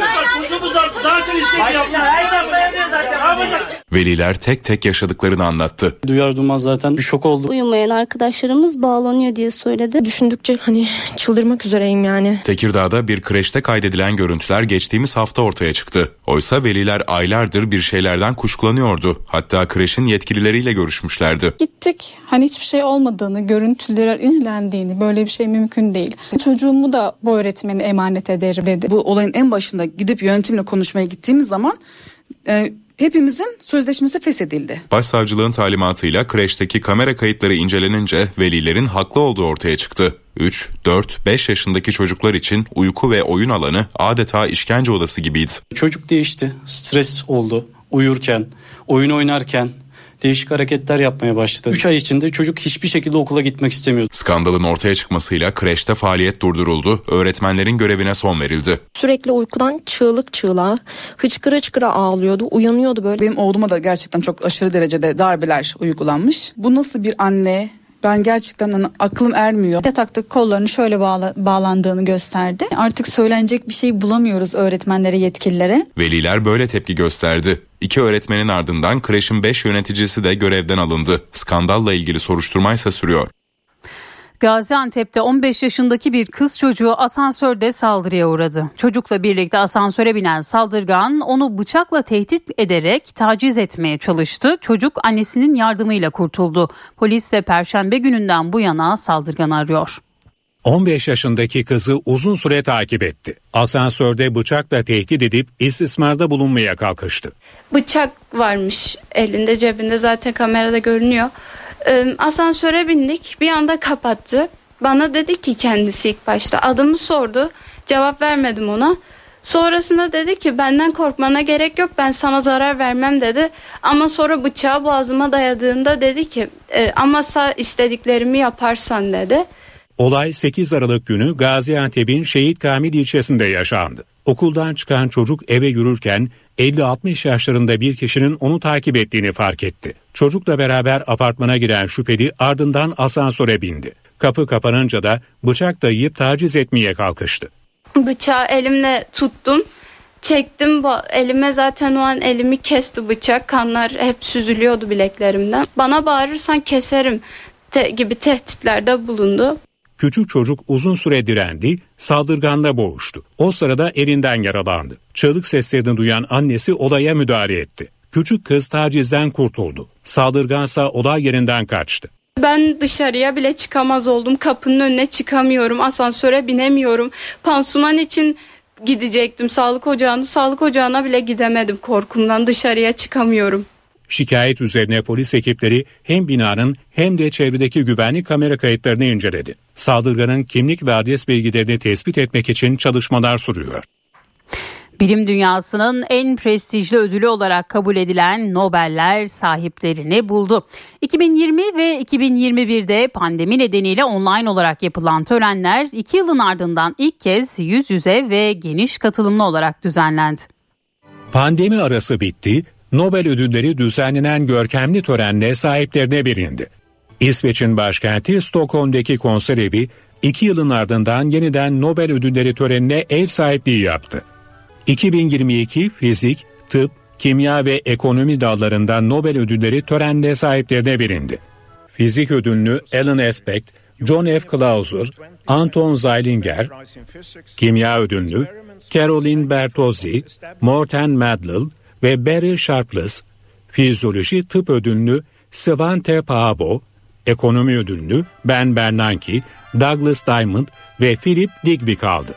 Veliler tek tek yaşadıklarını anlattı. Duyar duymaz zaten bir şok oldu. Uyumayan arkadaşlarımız bağlanıyor diye söyledi. Düşündükçe hani çıldırmak üzereyim yani. Tekirdağ'da bir kreşte kaydedilen görüntüler geçtiğimiz hafta ortaya çıktı. Oysa veliler aylardır bir şeylerden kuşkulanıyordu. Hatta kreşin yetkilileriyle görüşmüşlerdi. Gittik, hani hiçbir şey olmadığını, görüntüler izlendiğini, böyle bir şey mümkün değil. Çocuğumu da bu öğretmene emanet ederim dedi. Bu olayın en başında gidip yönetimle konuşmaya gittiğimiz zaman e, hepimizin sözleşmesi feshedildi. Başsavcılığın talimatıyla kreşteki kamera kayıtları incelenince velilerin haklı olduğu ortaya çıktı. üç, dört, beş yaşındaki çocuklar için uyku ve oyun alanı adeta işkence odası gibiydi. Çocuk değişti, stres oldu, uyurken, oyun oynarken değişik hareketler yapmaya başladı. üç ay içinde çocuk hiçbir şekilde okula gitmek istemiyordu. Skandalın ortaya çıkmasıyla kreşte faaliyet durduruldu, öğretmenlerin görevine son verildi. Sürekli uykudan çığlık çığlığa, hıçkıra hıçkıra ağlıyordu, uyanıyordu böyle. Benim oğluma da gerçekten çok aşırı derecede darbeler uygulanmış. Bu nasıl bir anne? Ben gerçekten hani aklım ermiyor. De taktık, kollarını şöyle bağla, bağlandığını gösterdi. Artık söylenecek bir şey bulamıyoruz öğretmenlere, yetkililere. Veliler böyle tepki gösterdi. İki öğretmenin ardından kreşin beş yöneticisi de görevden alındı. Skandalla ilgili soruşturma ise sürüyor. Gaziantep'te on beş yaşındaki bir kız çocuğu asansörde saldırıya uğradı. Çocukla birlikte asansöre binen saldırgan onu bıçakla tehdit ederek taciz etmeye çalıştı. Çocuk annesinin yardımıyla kurtuldu. Polis ise Perşembe gününden bu yana saldırganı arıyor. on beş yaşındaki kızı uzun süre takip etti. Asansörde bıçakla tehdit edip istismarda bulunmaya kalkıştı. Bıçak varmış elinde, cebinde, zaten kamerada görünüyor. Ee, asansöre bindik, bir anda kapattı. Bana dedi ki kendisi ilk başta adımı sordu, cevap vermedim ona. Sonrasında dedi ki benden korkmana gerek yok, ben sana zarar vermem dedi. Ama sonra bıçağı boğazıma dayadığında dedi ki e, ama sağ istediklerimi yaparsan dedi. Olay sekiz Aralık günü Gaziantep'in Şehit Kamil ilçesinde yaşandı. Okuldan çıkan çocuk eve yürürken elli altmış yaşlarında bir kişinin onu takip ettiğini fark etti. Çocukla beraber apartmana giren şüpheli ardından asansöre bindi. Kapı kapanınca da bıçak dayayıp taciz etmeye kalkıştı. Bıçağı elimle tuttum, çektim, elime zaten o an elimi kesti bıçak, kanlar hep süzülüyordu bileklerimden. Bana bağırırsan keserim te- gibi tehditlerde bulundu. Küçük çocuk uzun süre direndi, saldırganla boğuştu. O sırada elinden yaralandı. Çığlık seslerini duyan annesi olaya müdahale etti. Küçük kız tacizden kurtuldu. Saldırgansa olay yerinden kaçtı. Ben dışarıya bile çıkamaz oldum. Kapının önüne çıkamıyorum. Asansöre binemiyorum. Pansuman için gidecektim sağlık ocağına. Sağlık ocağına bile gidemedim korkumdan. Dışarıya çıkamıyorum. Şikayet üzerine polis ekipleri hem binanın hem de çevredeki güvenlik kamera kayıtlarını inceledi. Saldırganın kimlik ve adres bilgilerini tespit etmek için çalışmalar sürüyor. Bilim dünyasının en prestijli ödülü olarak kabul edilen Nobeller sahiplerini buldu. iki bin yirmi ve iki bin yirmi birde pandemi nedeniyle online olarak yapılan törenler iki yılın ardından ilk kez yüz yüze ve geniş katılımlı olarak düzenlendi. Pandemi arası bitti. Nobel ödülleri düzenlenen görkemli törenle sahiplerine verildi. İsveç'in başkenti Stockholm'daki konser evi iki yılın ardından yeniden Nobel ödülleri törenine ev sahipliği yaptı. iki bin yirmi iki fizik, tıp, kimya ve ekonomi dallarında Nobel ödülleri törenle sahiplerine verildi. Fizik ödülünü Alan Aspect, John F. Clauser, Anton Zeilinger, kimya ödülünü Caroline Bertozzi, Morten Madlil ve Barry Sharpless, fizyoloji tıp ödülünü Svante Paabo, ekonomi ödülünü Ben Bernanke, Douglas Diamond ve Philip Digby aldı.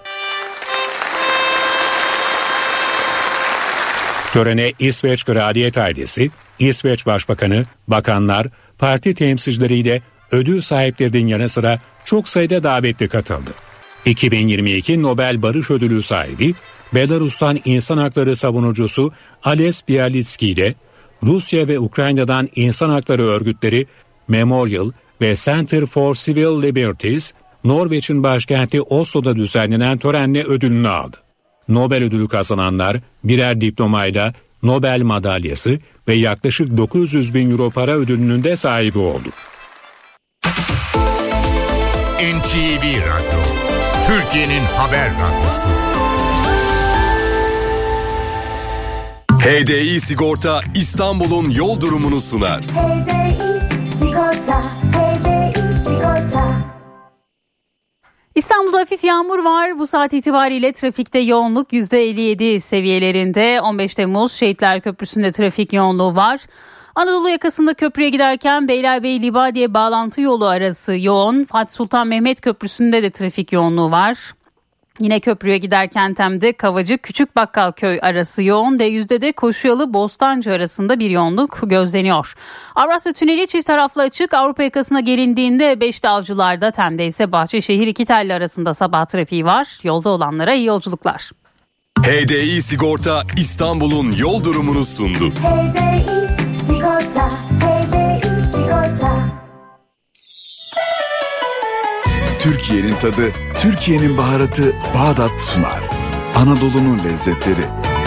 Törene İsveç Kraliyet ailesi, İsveç Başbakanı, bakanlar, parti temsilcileriyle ödül sahiplerinin yanı sıra çok sayıda davetli katıldı. iki bin yirmi iki Nobel Barış Ödülü sahibi, Belarus'tan insan hakları savunucusu Ales Bialysky ile Rusya ve Ukrayna'dan insan hakları örgütleri Memorial ve Center for Civil Liberties, Norveç'in başkenti Oslo'da düzenlenen törenle ödülünü aldı. Nobel ödülü kazananlar birer diplomayla Nobel madalyası ve yaklaşık dokuz yüz bin euro para ödülünün de sahibi oldu. N T V Radyo, Türkiye'nin haber radyosu. H D I Sigorta İstanbul'un yol durumunu sunar. H D I Sigorta, H D I Sigorta. İstanbul'da hafif yağmur var. Bu saat itibariyle trafikte yoğunluk yüzde elli yedi seviyelerinde. on beş Temmuz Şehitler Köprüsü'nde trafik yoğunluğu var. Anadolu yakasında köprüye giderken Beylerbeyi-Libadiye bağlantı yolu arası yoğun. Fatih Sultan Mehmet Köprüsü'nde de trafik yoğunluğu var. Yine köprüye giderken Tem'de Kavacı Küçük Bakkalköy arası yoğun. D yüzde de Koşuyalı Bostancı arasında bir yoğunluk gözleniyor. Avrasya Tüneli çift taraflı açık. Avrupa yakasına gelindiğinde beşte Avcılar'da, Tem'de ise Bahçeşehir İkitelli arasında sabah trafiği var. Yolda olanlara iyi yolculuklar. H D I Sigorta İstanbul'un yol durumunu sundu. H D I Sigorta, H D I Sigorta. Türkiye'nin tadı, Türkiye'nin baharatı Bağdat sunar. Anadolu'nun lezzetleri.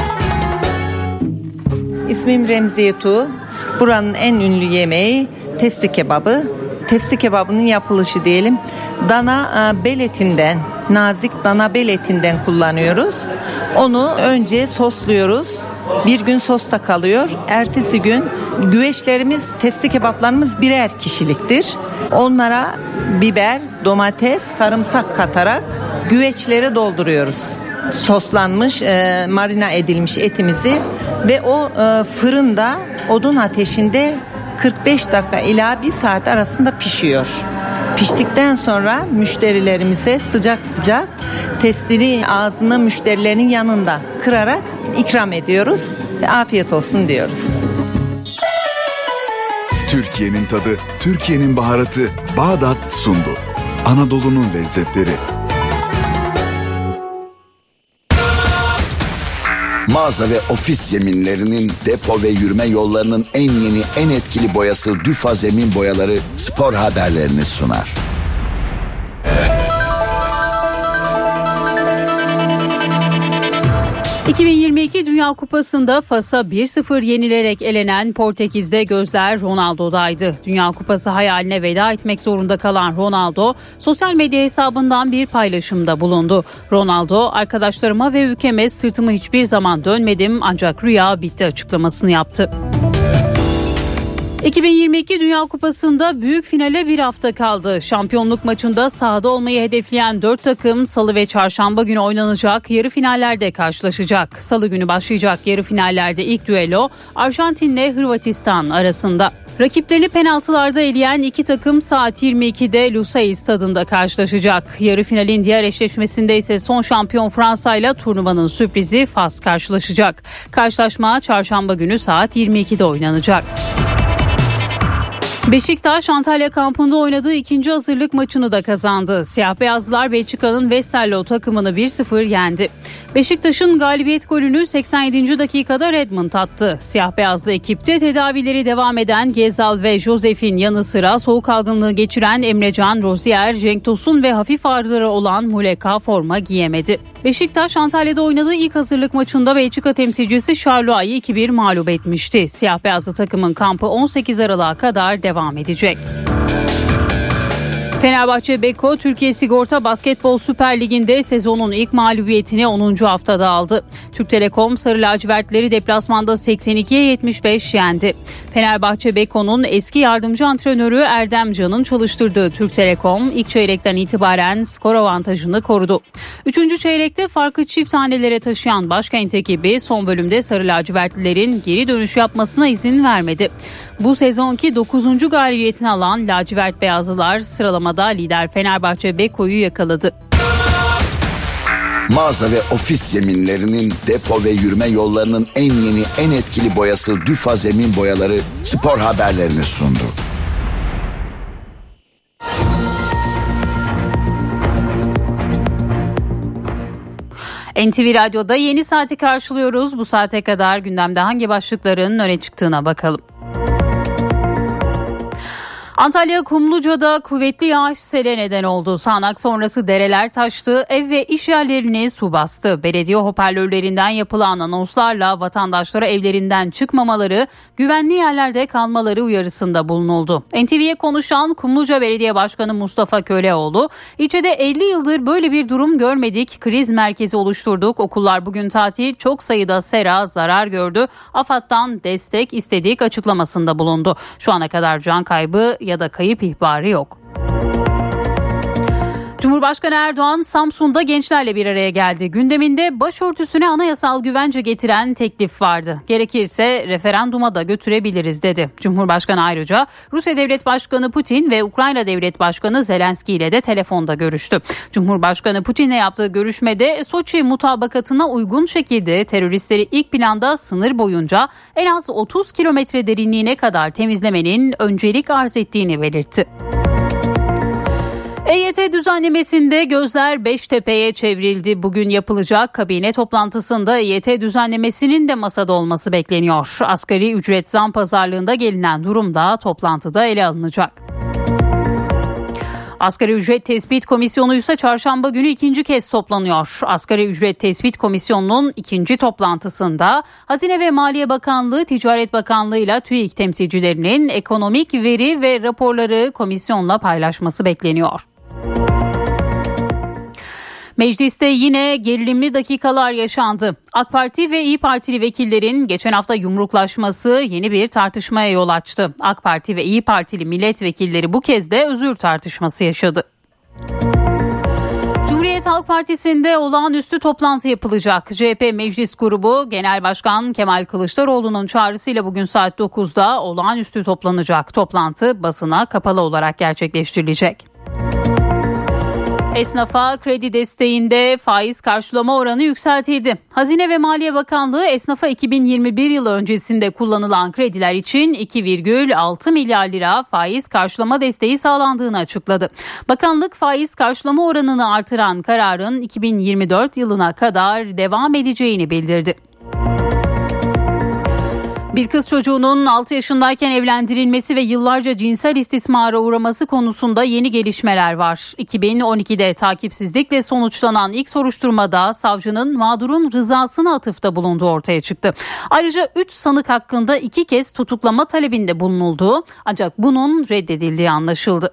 İsmim Remziye Tuğ. Buranın en ünlü yemeği testi kebabı. Testi kebabının yapılışı diyelim. Dana bel etinden, nazik dana bel etinden kullanıyoruz. Onu önce sosluyoruz. Bir gün sosta kalıyor. Ertesi gün güveçlerimiz, testi kebaplarımız birer kişiliktir. Onlara biber, domates, sarımsak katarak güveçlere dolduruyoruz. Soslanmış, e, marina edilmiş etimizi ve o e, fırında odun ateşinde kırk beş dakika ila bir saat arasında pişiyor. Piştikten sonra müşterilerimize sıcak sıcak testini ağzına müşterilerin yanında kırarak ikram ediyoruz ve afiyet olsun diyoruz. Türkiye'nin tadı, Türkiye'nin baharatı Bağdat sundu. Anadolu'nun lezzetleri. Mağaza ve ofis zeminlerinin, depo ve yürüme yollarının en yeni, en etkili boyası Düfa Zemin Boyaları spor haberlerini sunar. iki bin yirmi iki Dünya Kupası'nda Fas'a bir sıfır yenilerek elenen Portekiz'de gözler Ronaldo'daydı. Dünya Kupası hayaline veda etmek zorunda kalan Ronaldo, sosyal medya hesabından bir paylaşımda bulundu. Ronaldo, arkadaşlarıma ve ülkeme sırtımı hiçbir zaman dönmedim ancak rüya bitti açıklamasını yaptı. iki bin yirmi iki Dünya Kupası'nda büyük finale bir hafta kaldı. Şampiyonluk maçında sahada olmayı hedefleyen dört takım Salı ve Çarşamba günü oynanacak yarı finallerde karşılaşacak. Salı günü başlayacak yarı finallerde ilk düello Arjantin'le Hırvatistan arasında. Rakiplerini penaltılarda eleyen iki takım saat yirmi ikide Lusail stadında karşılaşacak. Yarı finalin diğer eşleşmesinde ise son şampiyon Fransa ile turnuvanın sürprizi Fas karşılaşacak. Karşılaşma Çarşamba günü saat yirmi ikide oynanacak. Beşiktaş Antalya kampında oynadığı ikinci hazırlık maçını da kazandı. Siyah beyazlılar Belçika'nın Westerlo takımını bir sıfır yendi. Beşiktaş'ın galibiyet golünü seksen yedinci dakikada Redmond attı. Siyah beyazlı ekipte tedavileri devam eden Gezal ve Josef'in yanı sıra soğuk algınlığı geçiren Emrecan, Rozier, Cenk Tosun ve hafif ağrıları olan Muleka forma giyemedi. Beşiktaş Antalya'da oynadığı ilk hazırlık maçında Belçika temsilcisi Charleroi iki bir mağlup etmişti. Siyah beyazlı takımın kampı on sekiz Aralık'a kadar devam edecek. Fenerbahçe Beko Türkiye Sigorta Basketbol Süper Ligi'nde sezonun ilk mağlubiyetini onuncu haftada aldı. Türk Telekom Sarı Lacivertleri deplasmanda seksen ikiye yetmiş beş yendi. Fenerbahçe Beko'nun eski yardımcı antrenörü Erdem Can'ın çalıştırdığı Türk Telekom ilk çeyrekten itibaren skor avantajını korudu. Üçüncü çeyrekte farkı çift hanelere taşıyan Başkent ekibi son bölümde Sarı Lacivertlilerin geri dönüş yapmasına izin vermedi. Bu sezonki dokuzuncu galibiyetini alan Lacivert Beyazlılar sıralamada lider Fenerbahçe Beko'yu yakaladı. Mağaza ve ofis zeminlerinin, depo ve yürüme yollarının en yeni, en etkili boyası Düfa Zemin Boyaları spor haberlerini sundu. N T V Radyo'da yeni saati karşılıyoruz. Bu saate kadar gündemde hangi başlıkların öne çıktığına bakalım. Antalya Kumluca'da kuvvetli yağış sele neden oldu. Sağanak sonrası dereler taştı, ev ve iş yerlerini su bastı. Belediye hoparlörlerinden yapılan anonslarla vatandaşlara evlerinden çıkmamaları, güvenli yerlerde kalmaları uyarısında bulunuldu. N T V'ye konuşan Kumluca Belediye Başkanı Mustafa Köleoğlu, ilçede elli yıldır böyle bir durum görmedik, kriz merkezi oluşturduk, okullar bugün tatil, çok sayıda sera zarar gördü, AFAD'dan destek istedik açıklamasında bulundu. Şu ana kadar can kaybı ya da kayıp ihbarı yok. Cumhurbaşkanı Erdoğan Samsun'da gençlerle bir araya geldi. Gündeminde başörtüsüne anayasal güvence getiren teklif vardı. Gerekirse referanduma da götürebiliriz dedi. Cumhurbaşkanı ayrıca Rusya Devlet Başkanı Putin ve Ukrayna Devlet Başkanı Zelenski ile de telefonda görüştü. Cumhurbaşkanı Putin'le yaptığı görüşmede Soçi mutabakatına uygun şekilde teröristleri ilk planda sınır boyunca en az otuz kilometre derinliğine kadar temizlemenin öncelik arz ettiğini belirtti. E Y T düzenlemesinde gözler Beştepe'ye çevrildi. Bugün yapılacak kabine toplantısında E Y T düzenlemesinin de masada olması bekleniyor. Asgari ücret zam pazarlığında gelinen durum da toplantıda ele alınacak. Asgari ücret tespit komisyonu ise çarşamba günü ikinci kez toplanıyor. Asgari ücret tespit komisyonunun ikinci toplantısında Hazine ve Maliye Bakanlığı, Ticaret Bakanlığı ile TÜİK temsilcilerinin ekonomik veri ve raporları komisyonla paylaşması bekleniyor. Mecliste yine gerilimli dakikalar yaşandı. AK Parti ve İYİ Partili vekillerin geçen hafta yumruklaşması yeni bir tartışmaya yol açtı. AK Parti ve İYİ Partili milletvekilleri bu kez de özür tartışması yaşadı. Cumhuriyet Halk Partisi'nde olağanüstü toplantı yapılacak. C H P Meclis Grubu Genel Başkan Kemal Kılıçdaroğlu'nun çağrısıyla bugün saat dokuzda olağanüstü toplanacak. Toplantı basına kapalı olarak gerçekleştirilecek. Esnafa kredi desteğinde faiz karşılama oranı yükseltildi. Hazine ve Maliye Bakanlığı esnafa iki bin yirmi bir yılı öncesinde kullanılan krediler için iki virgül altı milyar lira faiz karşılama desteği sağlandığını açıkladı. Bakanlık faiz karşılama oranını artıran kararın iki bin yirmi dört yılına kadar devam edeceğini bildirdi. Bir kız çocuğunun altı yaşındayken evlendirilmesi ve yıllarca cinsel istismara uğraması konusunda yeni gelişmeler var. iki bin on ikide takipsizlikle sonuçlanan ilk soruşturmada savcının mağdurun rızasına atıfta bulunduğu ortaya çıktı. Ayrıca üç sanık hakkında iki kez tutuklama talebinde bulunulduğu ancak bunun reddedildiği anlaşıldı.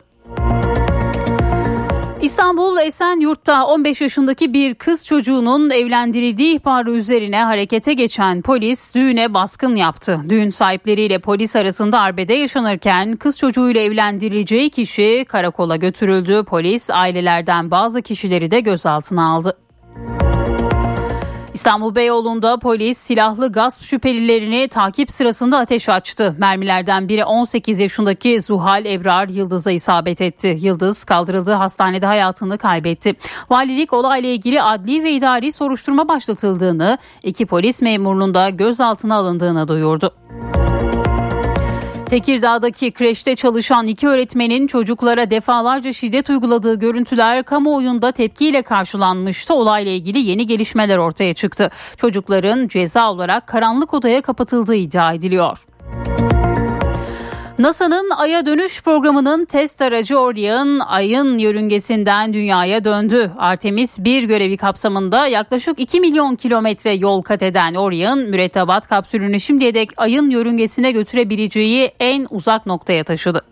İstanbul Esenyurt'ta on beş yaşındaki bir kız çocuğunun evlendirildiği ihbarı üzerine harekete geçen polis düğüne baskın yaptı. Düğün sahipleriyle polis arasında arbede yaşanırken kız çocuğuyla evlendirileceği kişi karakola götürüldü. Polis ailelerden bazı kişileri de gözaltına aldı. İstanbul Beyoğlu'nda polis silahlı gasp şüphelilerini takip sırasında ateş açtı. Mermilerden biri on sekiz yaşındaki Zuhal Ebrar Yıldız'a isabet etti. Yıldız kaldırıldığı hastanede hayatını kaybetti. Valilik olayla ilgili adli ve idari soruşturma başlatıldığını, iki polis memurunun da gözaltına alındığını duyurdu. Tekirdağ'daki kreşte çalışan iki öğretmenin çocuklara defalarca şiddet uyguladığı görüntüler kamuoyunda tepkiyle karşılanmıştı. Olayla ilgili yeni gelişmeler ortaya çıktı. Çocukların ceza olarak karanlık odaya kapatıldığı iddia ediliyor. NASA'nın Ay'a dönüş programının test aracı Orion, Ay'ın yörüngesinden dünyaya döndü. Artemis bir görevi kapsamında yaklaşık iki milyon kilometre yol kat eden Orion, mürettebat kapsülünü şimdiye dek Ay'ın yörüngesine götürebileceği en uzak noktaya taşıdı.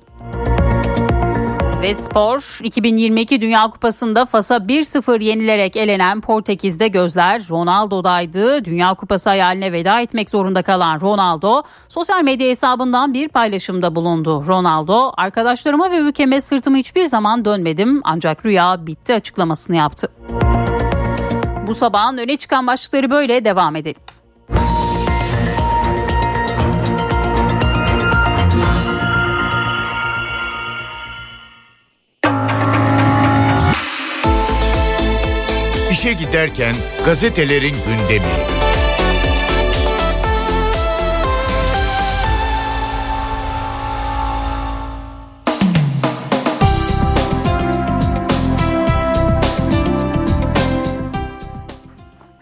Ve spor, iki bin yirmi iki Dünya Kupası'nda Fas'a bir sıfır yenilerek elenen Portekiz'de gözler Ronaldo'daydı. Dünya Kupası hayaline veda etmek zorunda kalan Ronaldo, sosyal medya hesabından bir paylaşımda bulundu. Ronaldo, arkadaşlarıma ve ülkeme sırtımı hiçbir zaman dönmedim ancak rüya bitti açıklamasını yaptı. Bu sabahın öne çıkan başlıkları böyle, devam edelim. İşe giderken gazetelerin gündemi.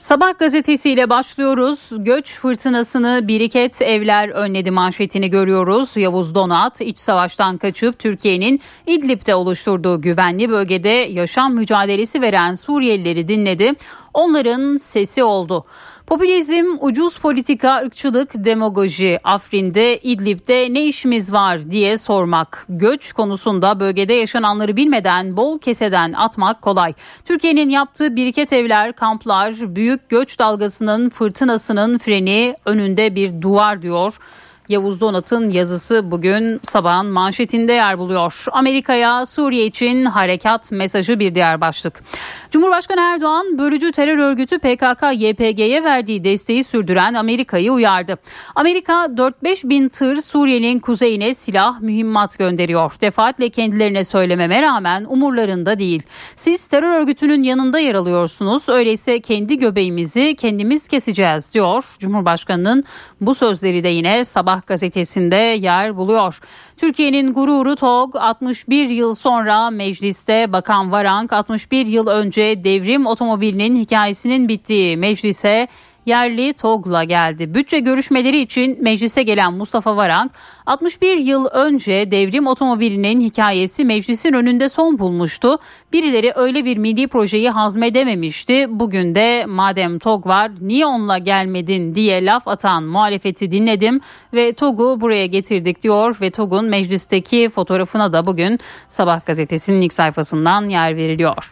Sabah gazetesiyle başlıyoruz. Göç fırtınasını biriket evler önledi manşetini görüyoruz. Yavuz Donat, iç savaştan kaçıp Türkiye'nin İdlib'de oluşturduğu güvenli bölgede yaşam mücadelesi veren Suriyelileri dinledi. Onların sesi oldu. Popülizm, ucuz politika, ırkçılık, demagoji, Afrin'de, İdlib'de ne işimiz var diye sormak. Göç konusunda bölgede yaşananları bilmeden bol keseden atmak kolay. Türkiye'nin yaptığı biriket evler, kamplar, büyük göç dalgasının, fırtınasının freni, önünde bir duvar diyor. Yavuz Donat'ın yazısı bugün sabahın manşetinde yer buluyor. Amerika'ya Suriye için harekat mesajı bir diğer başlık. Cumhurbaşkanı Erdoğan, bölücü terör örgütü P K K Y P G'ye verdiği desteği sürdüren Amerika'yı uyardı. Amerika dört beş bin tır Suriye'nin kuzeyine silah, mühimmat gönderiyor. Defaatle kendilerine söylememe rağmen umurlarında değil. Siz terör örgütünün yanında yer alıyorsunuz. Öyleyse kendi göbeğimizi kendimiz keseceğiz diyor. Cumhurbaşkanının bu sözleri de yine Sabah gazetesinde yer buluyor. Türkiye'nin gururu TOG altmış bir yıl sonra mecliste. Bakan Varank altmış bir yıl önce devrim otomobilinin hikayesinin bittiği meclise yerli TOG'la geldi. Bütçe görüşmeleri için meclise gelen Mustafa Varank, altmış bir yıl önce devrim otomobilinin hikayesi meclisin önünde son bulmuştu. Birileri öyle bir milli projeyi hazmedememişti. Bugün de madem TOG var niye onunla gelmedin diye laf atan muhalefeti dinledim ve TOG'u buraya getirdik diyor ve TOG'un meclisteki fotoğrafına da bugün Sabah gazetesinin ilk sayfasından yer veriliyor.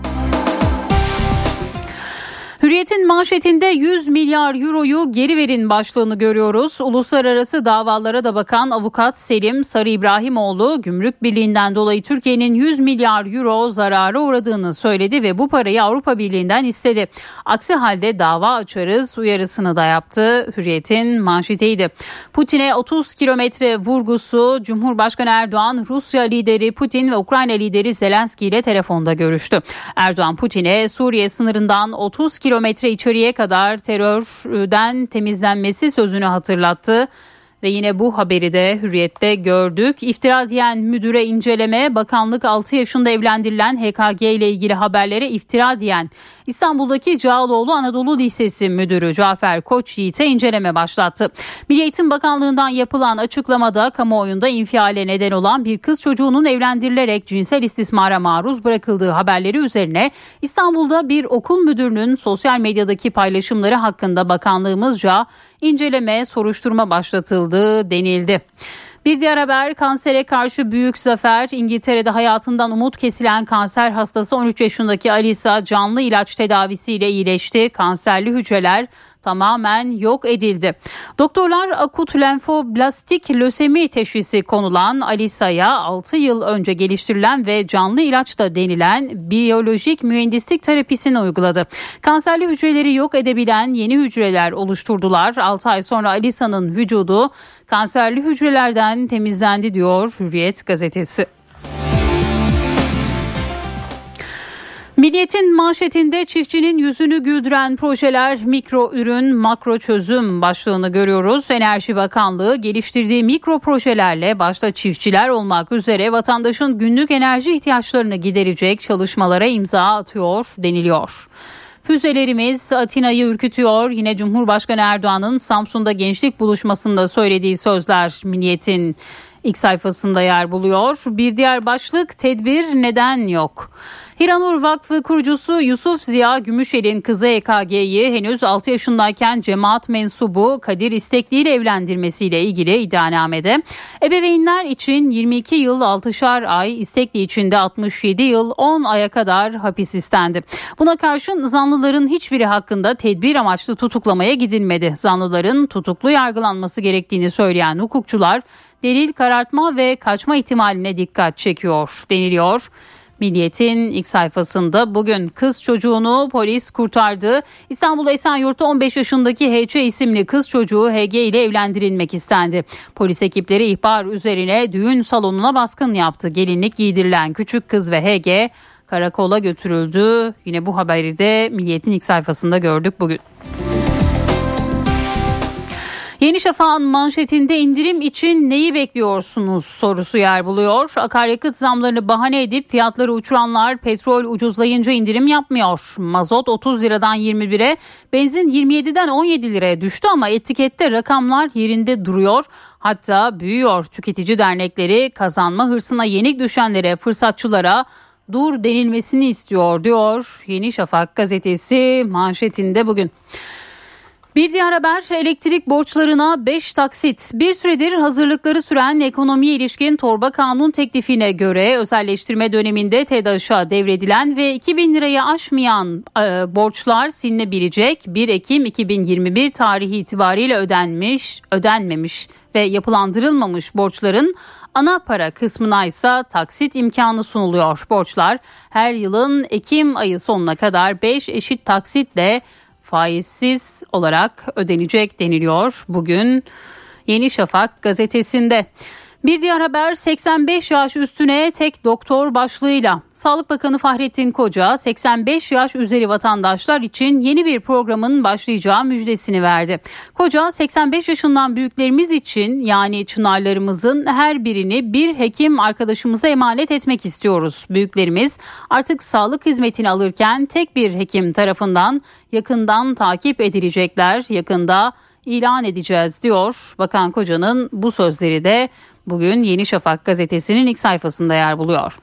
Hürriyet'in manşetinde yüz milyar euroyu geri verin başlığını görüyoruz. Uluslararası davalara da bakan avukat Selim Sarı İbrahimoğlu, Gümrük Birliği'nden dolayı Türkiye'nin yüz milyar euro zarara uğradığını söyledi ve bu parayı Avrupa Birliği'nden istedi. Aksi halde dava açarız uyarısını da yaptı. Hürriyet'in manşetiydi. Putin'e otuz kilometre vurgusu. Cumhurbaşkanı Erdoğan, Rusya lideri Putin ve Ukrayna lideri Zelenski ile telefonda görüştü. Erdoğan, Putin'e Suriye sınırından otuz kilometre kilometre içeriye kadar terörden temizlenmesi sözünü hatırlattı. Ve yine bu haberi de Hürriyet'te gördük. İftira diyen müdüre inceleme, bakanlık altı yaşında evlendirilen H K G ile ilgili haberlere iftira diyen İstanbul'daki Cağaloğlu Anadolu Lisesi müdürü Cafer Koçyiğit'e inceleme başlattı. Milli Eğitim Bakanlığı'ndan yapılan açıklamada kamuoyunda infiale neden olan bir kız çocuğunun evlendirilerek cinsel istismara maruz bırakıldığı haberleri üzerine İstanbul'da bir okul müdürünün sosyal medyadaki paylaşımları hakkında bakanlığımızca inceleme, soruşturma başlatıldı denildi. Bir diğer haber, kansere karşı büyük zafer. İngiltere'de hayatından umut kesilen kanser hastası on üç yaşındaki Alisa canlı ilaç tedavisiyle iyileşti. Kanserli hücreler tamamen yok edildi. Doktorlar akut lenfoblastik lösemi teşhisi konulan Alisa'ya altı yıl önce geliştirilen ve canlı ilaç da denilen biyolojik mühendislik terapisini uyguladı. Kanserli hücreleri yok edebilen yeni hücreler oluşturdular. altı ay sonra Alisa'nın vücudu kanserli hücrelerden temizlendi diyor Hürriyet gazetesi. Milliyet'in manşetinde çiftçinin yüzünü güldüren projeler, mikro ürün, makro çözüm başlığını görüyoruz. Enerji Bakanlığı geliştirdiği mikro projelerle başta çiftçiler olmak üzere vatandaşın günlük enerji ihtiyaçlarını giderecek çalışmalara imza atıyor deniliyor. Füzelerimiz Atina'yı ürkütüyor. Yine Cumhurbaşkanı Erdoğan'ın Samsun'da gençlik buluşmasında söylediği sözler Milliyet'in ilk sayfasında yer buluyor. Bir diğer başlık, tedbir neden yok? Hiranur Vakfı kurucusu Yusuf Ziya Gümüşel'in kızı E K G'yi henüz altı yaşındayken cemaat mensubu Kadir İstekli ile evlendirmesiyle ilgili iddianamede ebeveynler için yirmi iki yıl altışar ay, İstekli için de altmış yedi yıl on aya kadar hapis istendi. Buna karşın zanlıların hiçbiri hakkında tedbir amaçlı tutuklamaya gidilmedi. Zanlıların tutuklu yargılanması gerektiğini söyleyen hukukçular delil karartma ve kaçma ihtimaline dikkat çekiyor deniliyor. Milliyet'in ilk sayfasında bugün kız çocuğunu polis kurtardı. İstanbul Esenyurt'ta on beş yaşındaki H Ç isimli kız çocuğu H G ile evlendirilmek istendi. Polis ekipleri ihbar üzerine düğün salonuna baskın yaptı. Gelinlik giydirilen küçük kız ve H G karakola götürüldü. Yine bu haberi de Milliyet'in ilk sayfasında gördük bugün. Yeni Şafak'ın manşetinde indirim için neyi bekliyorsunuz sorusu yer buluyor. Akaryakıt zamlarını bahane edip fiyatları uçuranlar petrol ucuzlayınca indirim yapmıyor. Mazot otuz liradan yirmi bire, benzin yirmi yediden on yedi liraya düştü ama etikette rakamlar yerinde duruyor. Hatta büyüyor. Tüketici dernekleri kazanma hırsına yenik düşenlere, fırsatçılara dur denilmesini istiyor diyor Yeni Şafak gazetesi manşetinde bugün. Bir diğer haber, elektrik borçlarına beş taksit. Bir süredir hazırlıkları süren ekonomiye ilişkin torba kanun teklifine göre özelleştirme döneminde TEDAŞ'a devredilen ve iki bin lirayı aşmayan e, borçlar silinebilecek. bir Ekim iki bin yirmi bir tarihi itibariyle ödenmiş, ödenmemiş ve yapılandırılmamış borçların ana para kısmına ise taksit imkanı sunuluyor. Borçlar her yılın Ekim ayı sonuna kadar beş eşit taksitle faizsiz olarak ödenecek deniliyor bugün Yeni Şafak gazetesinde. Bir diğer haber, seksen beş yaş üstüne tek doktor başlığıyla. Sağlık Bakanı Fahrettin Koca seksen beş yaş üzeri vatandaşlar için yeni bir programın başlayacağı müjdesini verdi. Koca seksen beş yaşından büyüklerimiz için, yani çınarlarımızın her birini bir hekim arkadaşımıza emanet etmek istiyoruz. Büyüklerimiz artık sağlık hizmetini alırken tek bir hekim tarafından yakından takip edilecekler. Yakında ilan edeceğiz diyor. Bakan Koca'nın bu sözleri de bugün Yeni Şafak gazetesinin ilk sayfasında yer buluyor.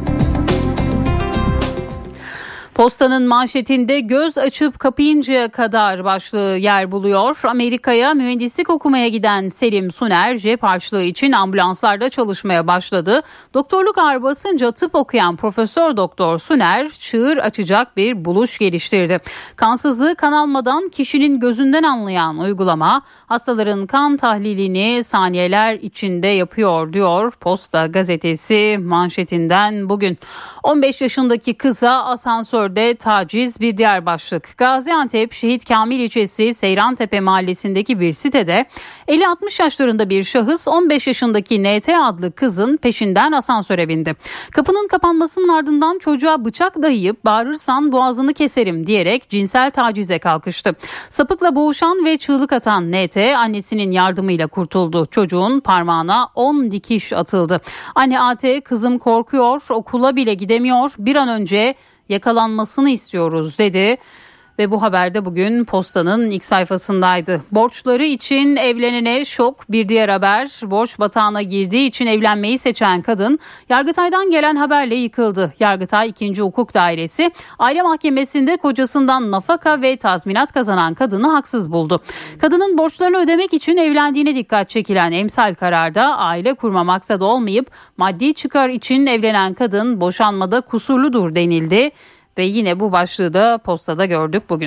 Postanın manşetinde göz açıp kapayıncaya kadar başlığı yer buluyor. Amerika'ya mühendislik okumaya giden Selim Suner cep harçlığı için ambulanslarda çalışmaya başladı. Doktorluk ağır basınca tıp okuyan Profesör Doktor Suner çığır açacak bir buluş geliştirdi. Kansızlığı kan almadan kişinin gözünden anlayan uygulama hastaların kan tahlilini saniyeler içinde yapıyor diyor Posta gazetesi manşetinden bugün. on beş yaşındaki kıza asansör de taciz bir diğer başlık. Gaziantep Şehit Kamil ilçesi Seyrantepe mahallesindeki bir sitede elli altmış yaşlarında bir şahıs on beş yaşındaki N T adlı kızın peşinden asansöre bindi. Kapının kapanmasının ardından çocuğa bıçak dayayıp bağırırsan boğazını keserim diyerek cinsel tacize kalkıştı. Sapıkla boğuşan ve çığlık atan N T annesinin yardımıyla kurtuldu. Çocuğun parmağına on dikiş atıldı. Anne A T kızım korkuyor, okula bile gidemiyor, bir an önce yakalanmasını istiyoruz dedi. Ve bu haberde bugün Posta'nın ilk sayfasındaydı. Borçları için evlenene şok. Bir diğer haber, borç batağına girdiği için evlenmeyi seçen kadın Yargıtay'dan gelen haberle yıkıldı. Yargıtay ikinci Hukuk Dairesi aile mahkemesinde kocasından nafaka ve tazminat kazanan kadını haksız buldu. Kadının borçlarını ödemek için evlendiğine dikkat çekilen emsal kararda aile kurma maksadı olmayıp maddi çıkar için evlenen kadın boşanmada kusurludur denildi. Ve yine bu başlığı da Posta'da gördük bugün.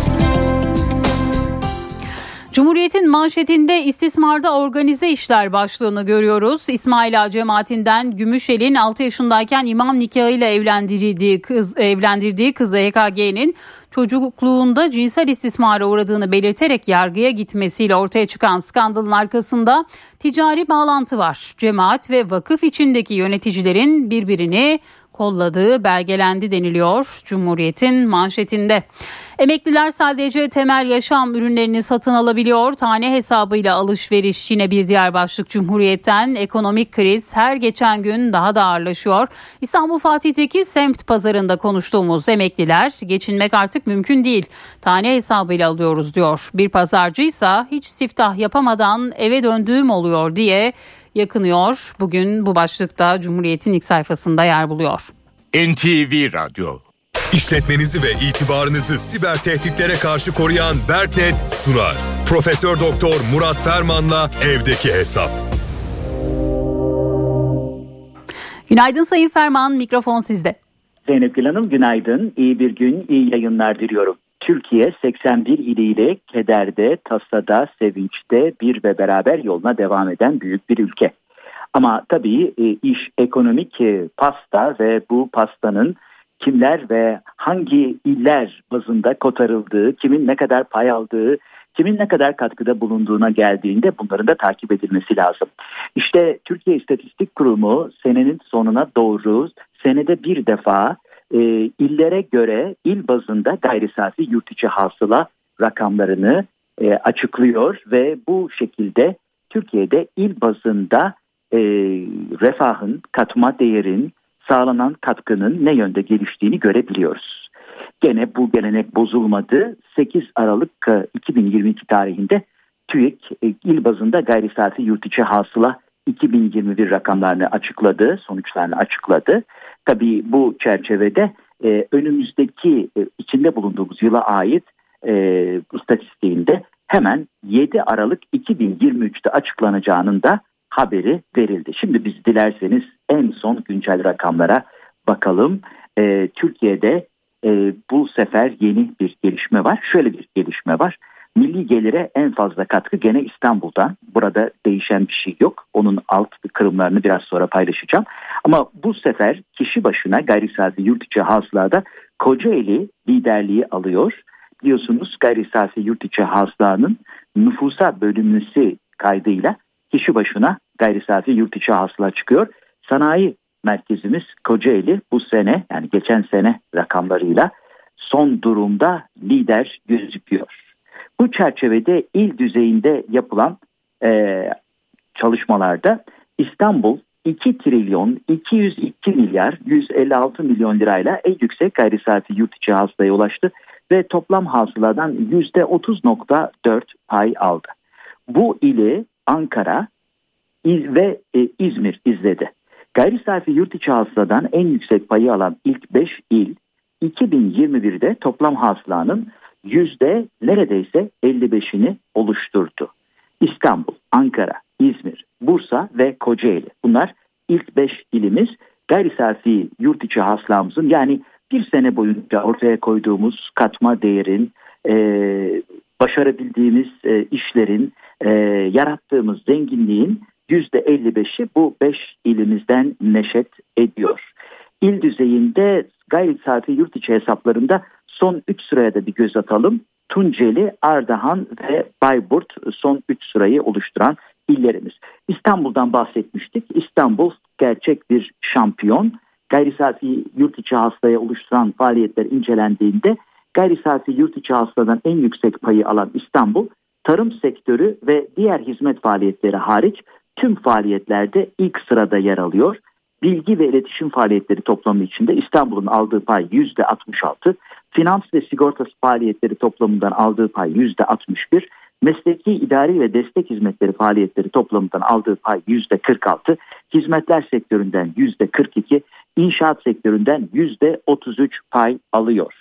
Cumhuriyet'in manşetinde istismarda organize işler başlığını görüyoruz. İsmaila cemaatinden Gümüşel'in altı yaşındayken imam nikahıyla evlendirdiği kız evlendirdiği kızı E K G'nin çocukluğunda cinsel istismara uğradığını belirterek yargıya gitmesiyle ortaya çıkan skandalın arkasında ticari bağlantı var. Cemaat ve vakıf içindeki yöneticilerin birbirini kolladığı belgelendi deniliyor Cumhuriyet'in manşetinde. Emekliler sadece temel yaşam ürünlerini satın alabiliyor. Tane hesabıyla alışveriş yine bir diğer başlık Cumhuriyet'ten. Ekonomik kriz her geçen gün daha da ağırlaşıyor. İstanbul Fatih'teki semt pazarında konuştuğumuz emekliler geçinmek artık mümkün değil. Tane hesabıyla alıyoruz diyor. Bir pazarcıysa hiç siftah yapamadan eve döndüğüm oluyor diye yakınıyor. Bugün bu başlıkta Cumhuriyet'in ilk sayfasında yer buluyor. N T V Radyo. İşletmenizi ve itibarınızı siber tehditlere karşı koruyan Berknet sunar. Profesör Doktor Murat Ferman'la Evdeki Hesap. Günaydın Sayın Ferman, mikrofon sizde. Zeynep Gül Hanım günaydın. İyi bir gün, iyi yayınlar diliyorum. Türkiye seksen bir iliyle kederde, tasada, sevinçte bir ve beraber yoluna devam eden büyük bir ülke. Ama tabii iş ekonomik pasta ve bu pastanın kimler ve hangi iller bazında kotarıldığı, kimin ne kadar pay aldığı, kimin ne kadar katkıda bulunduğuna geldiğinde bunların da takip edilmesi lazım. İşte Türkiye İstatistik Kurumu senenin sonuna doğru senede bir defa e, illere göre il bazında gayri safi yurt içi hasıla rakamlarını e, açıklıyor ve bu şekilde Türkiye'de il bazında e, refahın, katma değerin, sağlanan katkının ne yönde geliştiğini görebiliyoruz. Gene bu gelenek bozulmadı. sekiz Aralık iki bin yirmi iki tarihinde TÜİK e, il bazında gayri safi yurt içi hasıla iki bin yirmi bir rakamlarını açıkladı, sonuçlarını açıkladı. Tabii bu çerçevede e, önümüzdeki e, içinde bulunduğumuz yıla ait e, istatistiğinde hemen yedi Aralık iki bin yirmi üçte açıklanacağının da haberi verildi. Şimdi biz dilerseniz en son güncel rakamlara bakalım. E, Türkiye'de e, bu sefer yeni bir gelişme var. Şöyle bir gelişme var. Milli gelire en fazla katkı gene İstanbul'dan. Burada değişen bir şey yok. Onun alt kırımlarını biraz sonra paylaşacağım. Ama bu sefer kişi başına gayri safi yurt içi hasılada Kocaeli liderliği alıyor. Biliyorsunuz gayri safi yurt içi hasılanın nüfusa bölünmesi kaydıyla kişi başına gayri safi yurt içi hasıla çıkıyor. Sanayi merkezimiz Kocaeli bu sene, yani geçen sene rakamlarıyla son durumda lider gözüküyor. Bu çerçevede il düzeyinde yapılan e, çalışmalarda İstanbul iki trilyon iki yüz iki milyar yüz elli altı milyon lirayla en yüksek gayri safi yurt içi hasılaya ulaştı ve toplam hasıladan yüzde otuz nokta dört pay aldı. Bu ili Ankara İz ve e, İzmir izledi. Gayri safi yurt içi hasıladan en yüksek payı alan ilk beş il iki bin yirmi birde toplam hasılanın yüzde neredeyse elli beşini oluşturdu. İstanbul, Ankara, İzmir, Bursa ve Kocaeli. Bunlar ilk beş ilimiz. Gayri safi yurt içi hasılamızın, yani bir sene boyunca ortaya koyduğumuz katma değerin, e, başarabildiğimiz e, işlerin, e, yarattığımız zenginliğin yüzde elli beşi bu beş ilimizden neşet ediyor. İl düzeyinde gayri safi yurt içi hesaplarında son üç sıraya da bir göz atalım. Tunceli, Ardahan ve Bayburt son üç sırayı oluşturan illerimiz. İstanbul'dan bahsetmiştik. İstanbul gerçek bir şampiyon. Gayri safi yurt içi hasılaya oluşturan faaliyetler incelendiğinde gayri safi yurt içi hasıladan en yüksek payı alan İstanbul, tarım sektörü ve diğer hizmet faaliyetleri hariç tüm faaliyetlerde ilk sırada yer alıyor. Bilgi ve iletişim faaliyetleri toplamı içinde İstanbul'un aldığı pay yüzde altmış altı, finans ve sigorta faaliyetleri toplamından aldığı pay yüzde altmış bir, mesleki, idari ve destek hizmetleri faaliyetleri toplamından aldığı pay yüzde kırk altı, hizmetler sektöründen yüzde kırk iki, inşaat sektöründen yüzde otuz üç pay alıyor.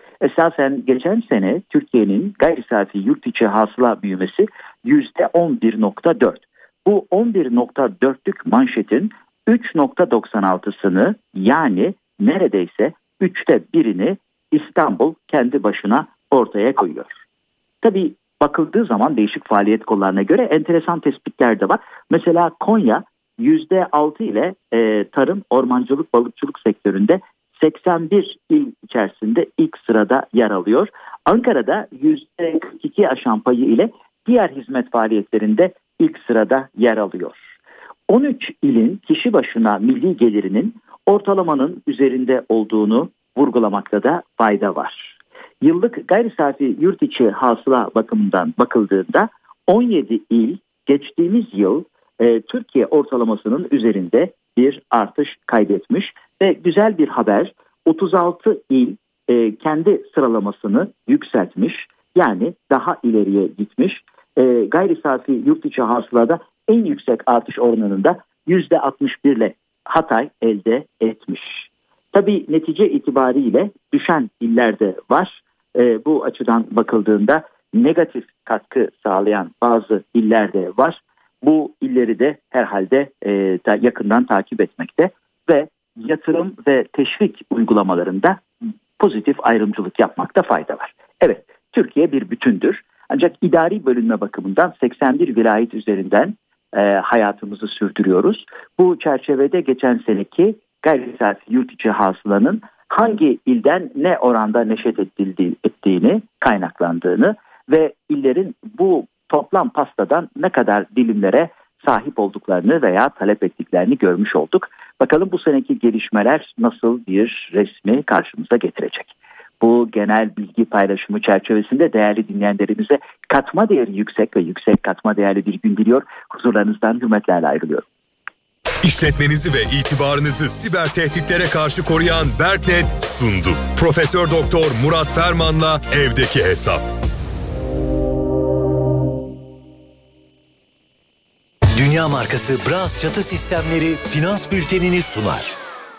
Esasen geçen sene Türkiye'nin gayri safi yurt içi hasıla büyümesi yüzde on bir nokta dört. Bu on bir nokta dörtlük manşetin üç nokta doksan altısını, yani neredeyse üçte birini İstanbul kendi başına ortaya koyuyor. Tabii bakıldığı zaman değişik faaliyet kollarına göre enteresan tespitler de var. Mesela Konya yüzde altı ile e, tarım, ormancılık, balıkçılık sektöründe seksen bir il içerisinde ilk sırada yer alıyor. Ankara'da yüzde kırk iki aşan payı ile diğer hizmet faaliyetlerinde ilk sırada yer alıyor. on üç ilin kişi başına milli gelirinin ortalamanın üzerinde olduğunu vurgulamakta da fayda var. Yıllık gayri safi yurt içi hasıla bakımından bakıldığında on yedi il geçtiğimiz yıl e, Türkiye ortalamasının üzerinde bir artış kaydetmiş ve güzel bir haber, otuz altı il e, kendi sıralamasını yükseltmiş, yani daha ileriye gitmiş. E, gayri safi yurt içi hasılada en yüksek artış oranında yüzde altmış bir ile Hatay elde etmiş. Tabii netice itibariyle düşen iller de var. E, bu açıdan bakıldığında negatif katkı sağlayan bazı iller de var. Bu illeri de herhalde e, da yakından takip etmekte ve yatırım ve teşvik uygulamalarında pozitif ayrımcılık yapmakta fayda var. Evet, Türkiye bir bütündür. Ancak idari bölünme bakımından seksen bir vilayet üzerinden e, hayatımızı sürdürüyoruz. Bu çerçevede geçen seneki gayri safi yurt içi hasılanın hangi ilden ne oranda neşet edildiği, ettiğini, kaynaklandığını ve illerin bu toplam pastadan ne kadar dilimlere sahip olduklarını veya talep ettiklerini görmüş olduk. Bakalım bu seneki gelişmeler nasıl bir resmi karşımıza getirecek. Bu genel bilgi paylaşımı çerçevesinde değerli dinleyenlerimize katma değeri yüksek ve yüksek katma değerli bir gün diliyor. Huzurlarınızdan hürmetlerle ayrılıyorum. İşletmenizi ve itibarınızı siber tehditlere karşı koruyan Berknet sundu. Profesör Doktor Murat Ferman'la Evdeki Hesap. Dünya markası Bras Çatı Sistemleri Finans Bülteni'ni sunar.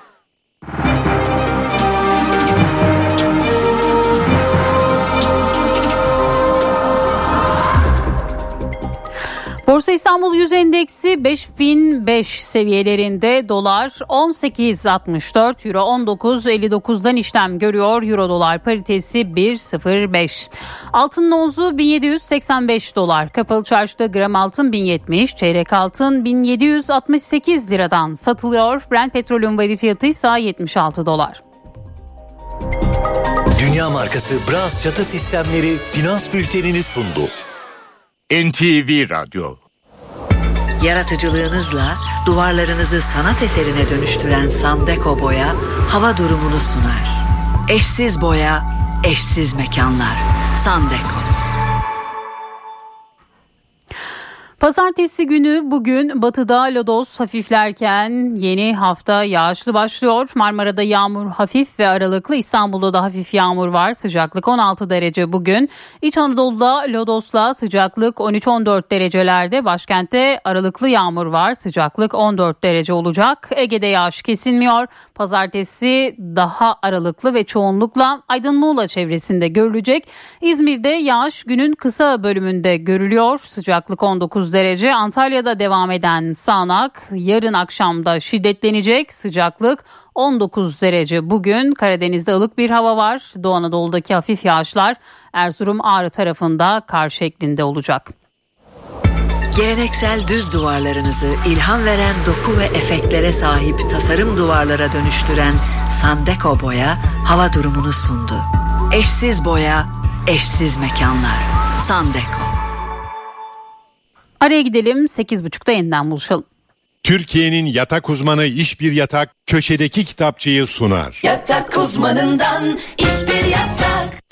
Borsa İstanbul Yüz Endeksi beş bin beş seviyelerinde, dolar on sekiz altmış dört, euro on dokuz elli dokuzdan işlem görüyor. Euro dolar paritesi bir virgül sıfır beş. Altının onzu bin yedi yüz seksen beş dolar. Kapalı çarşıda gram altın bin yetmiş, çeyrek altın bin yedi yüz altmış sekiz liradan satılıyor. Brent petrolün varil fiyatı ise yetmiş altı dolar. Dünya markası Bras Çatı Sistemleri Finans Bülteni'ni sundu. N T V Radyo. Yaratıcılığınızla duvarlarınızı sanat eserine dönüştüren Sandeko Boya hava durumunu sunar. Eşsiz boya, eşsiz mekanlar. Sandeko. Pazartesi günü bugün batıda lodos hafiflerken yeni hafta yağışlı başlıyor. Marmara'da yağmur hafif ve aralıklı, İstanbul'da da hafif yağmur var. Sıcaklık on altı derece bugün. İç Anadolu'da lodosla sıcaklık on üç on dört derecelerde. Başkentte aralıklı yağmur var. Sıcaklık on dört derece olacak. Ege'de yağış kesilmiyor. Pazartesi daha aralıklı ve çoğunlukla Aydın Muğla çevresinde görülecek. İzmir'de yağış günün kısa bölümünde görülüyor. Sıcaklık on dokuz derece. Antalya'da devam eden sağanak yarın akşamda şiddetlenecek. Sıcaklık on dokuz derece bugün. Karadeniz'de ılık bir hava var. Doğu Anadolu'daki hafif yağışlar Erzurum Ağrı tarafında kar şeklinde olacak. Geleneksel düz duvarlarınızı ilham veren doku ve efektlere sahip tasarım duvarlara dönüştüren Sandeko Boya hava durumunu sundu. Eşsiz boya, eşsiz mekanlar. Sandeko. Araya gidelim, sekiz buçukta yeniden buluşalım. Türkiye'nin yatak uzmanı İş Bir Yatak köşedeki kitapçıyı sunar. Yatak uzmanından İş Bir Yatak.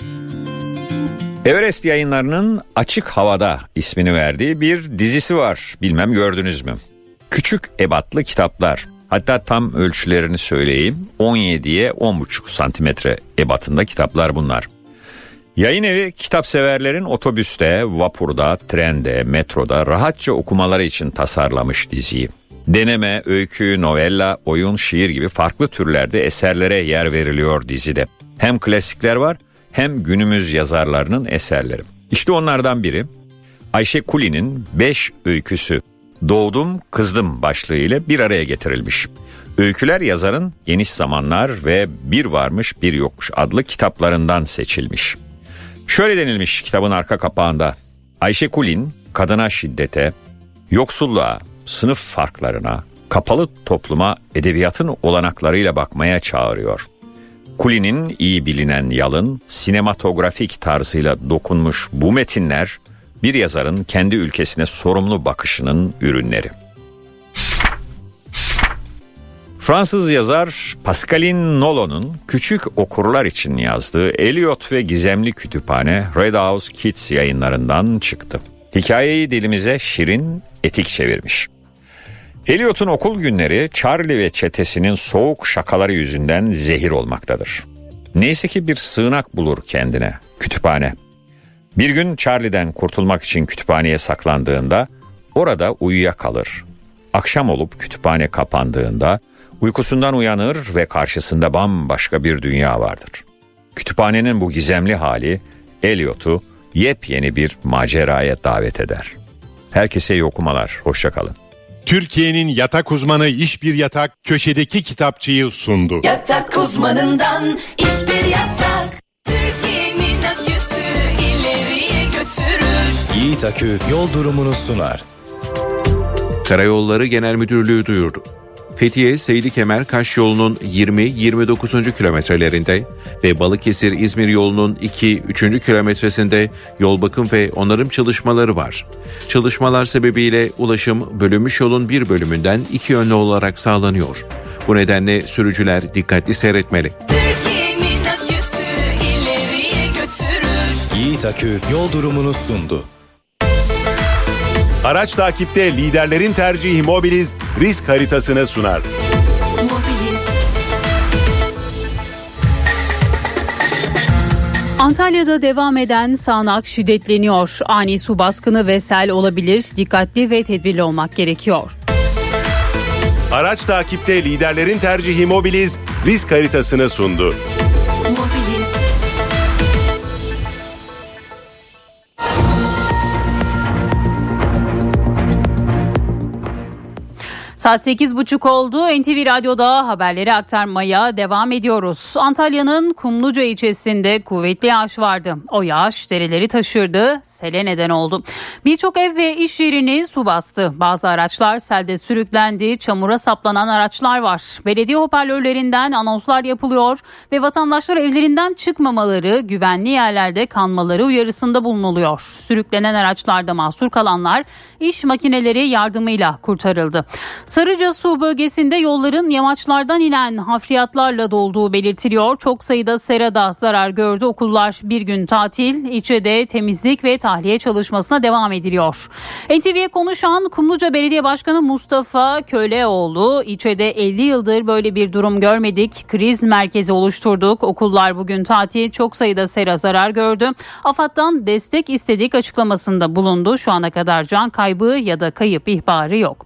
Everest Yayınları'nın Açık Havada ismini verdiği bir dizisi var. Bilmem gördünüz mü? Küçük ebatlı kitaplar. Hatta tam ölçülerini söyleyeyim. on yediye on buçuk santimetre ebatında kitaplar bunlar. Yayın evi kitapseverlerin otobüste, vapurda, trende, metroda rahatça okumaları için tasarlamış diziyi. Deneme, öykü, novella, oyun, şiir gibi farklı türlerde eserlere yer veriliyor dizide. Hem klasikler var hem günümüz yazarlarının eserleri. İşte onlardan biri Ayşe Kuli'nin beş öyküsü Doğdum Kızdım başlığıyla bir araya getirilmiş. Öyküler yazarın Geniş Zamanlar ve Bir Varmış Bir Yokmuş adlı kitaplarından seçilmiş. Şöyle denilmiş kitabın arka kapağında: Ayşe Kulin kadına şiddete, yoksulluğa, sınıf farklarına, kapalı topluma edebiyatın olanaklarıyla bakmaya çağırıyor. Kulin'in iyi bilinen yalın, sinematografik tarzıyla dokunmuş bu metinler bir yazarın kendi ülkesine sorumlu bakışının ürünleri. Fransız yazar Pascaline Nolo'nun küçük okurlar için yazdığı Eliot ve Gizemli Kütüphane Red House Kids yayınlarından çıktı. Hikayeyi dilimize şirin, etik çevirmiş. Eliot'un okul günleri Charlie ve çetesinin soğuk şakaları yüzünden zehir olmaktadır. Neyse ki bir sığınak bulur kendine, kütüphane. Bir gün Charlie'den kurtulmak için kütüphaneye saklandığında orada uyuyakalır. Akşam olup kütüphane kapandığında uykusundan uyanır ve karşısında bambaşka bir dünya vardır. Kütüphanenin bu gizemli hali Eliot'u yepyeni bir maceraya davet eder. Herkese iyi okumalar, hoşça kalın. Türkiye'nin yatak uzmanı İş Bir Yatak köşedeki kitapçıyı sundu. Yatak uzmanından İş Bir Yatak. Türkiye'nin aküsü ileriye götürür. Yiğit Akü yol durumunu sunar. Karayolları Genel Müdürlüğü duyurdu. Fethiye Seydi Kemer Kaş yolunun yirmi yirmi dokuzuncu kilometrelerinde ve Balıkesir İzmir yolunun iki üçüncü kilometresinde yol bakım ve onarım çalışmaları var. Çalışmalar sebebiyle ulaşım bölünmüş yolun bir bölümünden iki yönlü olarak sağlanıyor. Bu nedenle sürücüler dikkatli seyretmeli. Türkiye'nin aküsü Yiğit Akü yol durumunu sundu. Araç takipte liderlerin tercihi Mobiliz risk haritasını sunar. Antalya'da devam eden sağanak şiddetleniyor. Ani su baskını ve sel olabilir. Dikkatli ve tedbirli olmak gerekiyor. Araç takipte liderlerin tercihi Mobiliz risk haritasını sundu. Saat sekiz buçuk oldu. N T V Radyo'da haberleri aktarmaya devam ediyoruz. Antalya'nın Kumluca ilçesinde kuvvetli yağış vardı. O yağış dereleri taşırdı, sele neden oldu. Birçok ev ve iş yerini su bastı. Bazı araçlar selde sürüklendi, çamura saplanan araçlar var. Belediye hoparlörlerinden anonslar yapılıyor ve vatandaşlar evlerinden çıkmamaları, güvenli yerlerde kalmaları uyarısında bulunuluyor. Sürüklenen araçlarda mahsur kalanlar iş makineleri yardımıyla kurtarıldı. Sarıcasu bölgesinde yolların yamaçlardan inen hafriyatlarla dolduğu belirtiliyor. Çok sayıda serada zarar gördü. Okullar bir gün tatil, ilçede temizlik ve tahliye çalışmasına devam ediliyor. N T V'ye konuşan Kumluca Belediye Başkanı Mustafa Köleoğlu, ilçede elli yıldır böyle bir durum görmedik. Kriz merkezi oluşturduk. Okullar bugün tatil, çok sayıda sera zarar gördü. AFAD'dan destek istedik açıklamasında bulundu. Şu ana kadar can kaybı ya da kayıp ihbarı yok.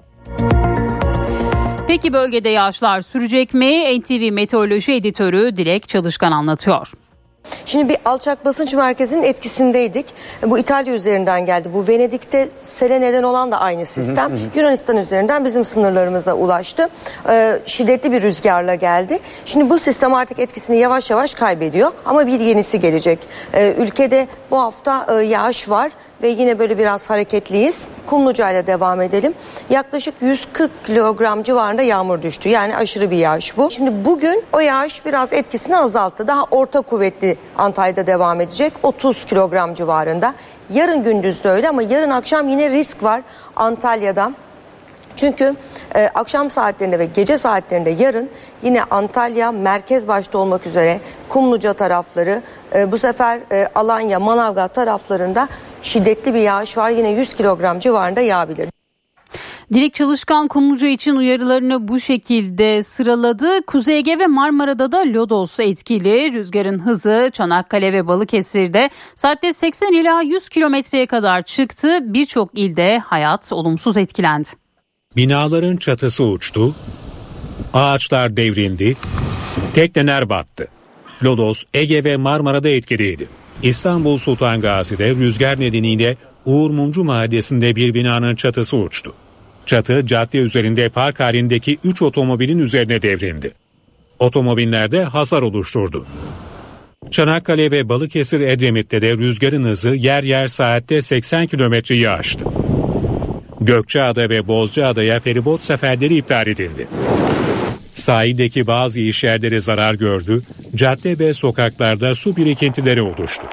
Peki bölgede yağışlar sürecek mi? N T V Meteoroloji Editörü Dilek Çalışkan anlatıyor. Şimdi bir alçak basınç merkezinin etkisindeydik. Bu İtalya üzerinden geldi. Bu Venedik'te sele neden olan da aynı sistem. Hı hı hı. Yunanistan üzerinden bizim sınırlarımıza ulaştı. Ee, şiddetli bir rüzgarla geldi. Şimdi bu sistem artık etkisini yavaş yavaş kaybediyor. Ama bir yenisi gelecek. Ee, ülkede bu hafta e, yağış var. Ve yine böyle biraz hareketliyiz. Kumluca ile devam edelim. Yaklaşık yüz kırk kilogram civarında yağmur düştü. Yani aşırı bir yağış bu. Şimdi bugün o yağış biraz etkisini azalttı. Daha orta kuvvetli Antalya'da devam edecek. otuz kilogram civarında. Yarın gündüz de öyle ama yarın akşam yine risk var Antalya'da. Çünkü e, akşam saatlerinde ve gece saatlerinde yarın yine Antalya merkez başta olmak üzere Kumluca tarafları, e, bu sefer e, Alanya, Manavgat taraflarında şiddetli bir yağış var. Yine yüz kilogram civarında yağabilir. Dilek Çalışkan Kumluca için uyarılarını bu şekilde sıraladı. Kuzey Ege ve Marmara'da da lodos etkili. Rüzgarın hızı Çanakkale ve Balıkesir'de saatte seksen ila yüz kilometreye kadar çıktı. Birçok ilde hayat olumsuz etkilendi. Binaların çatısı uçtu, ağaçlar devrildi, tekneler battı. Lodos, Ege ve Marmara'da etkiliydi. İstanbul Sultan Gazi'de rüzgar nedeniyle Uğur Mumcu Mahallesi'nde bir binanın çatısı uçtu. Çatı cadde üzerinde park halindeki üç otomobilin üzerine devrildi. Otomobillerde hasar oluşturdu. Çanakkale ve Balıkesir Edremit'te de rüzgarın hızı yer yer saatte seksen kilometreyi aştı. Gökçeada ve Bozcaada'ya feribot seferleri iptal edildi. Sahildeki bazı işyerleri zarar gördü, cadde ve sokaklarda su birikintileri oluştu.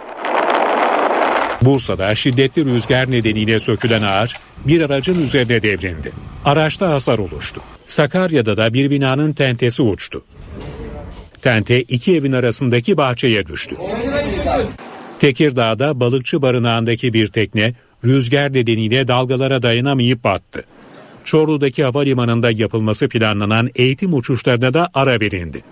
Bursa'da şiddetli rüzgar nedeniyle sökülen ağaç bir aracın üzerine devrildi. Araçta hasar oluştu. Sakarya'da da bir binanın tentesi uçtu. Tente iki evin arasındaki bahçeye düştü. Tekirdağ'da balıkçı barınağındaki bir tekne rüzgar nedeniyle dalgalara dayanamayıp battı. Çorlu'daki havalimanında yapılması planlanan eğitim uçuşlarına da ara verildi.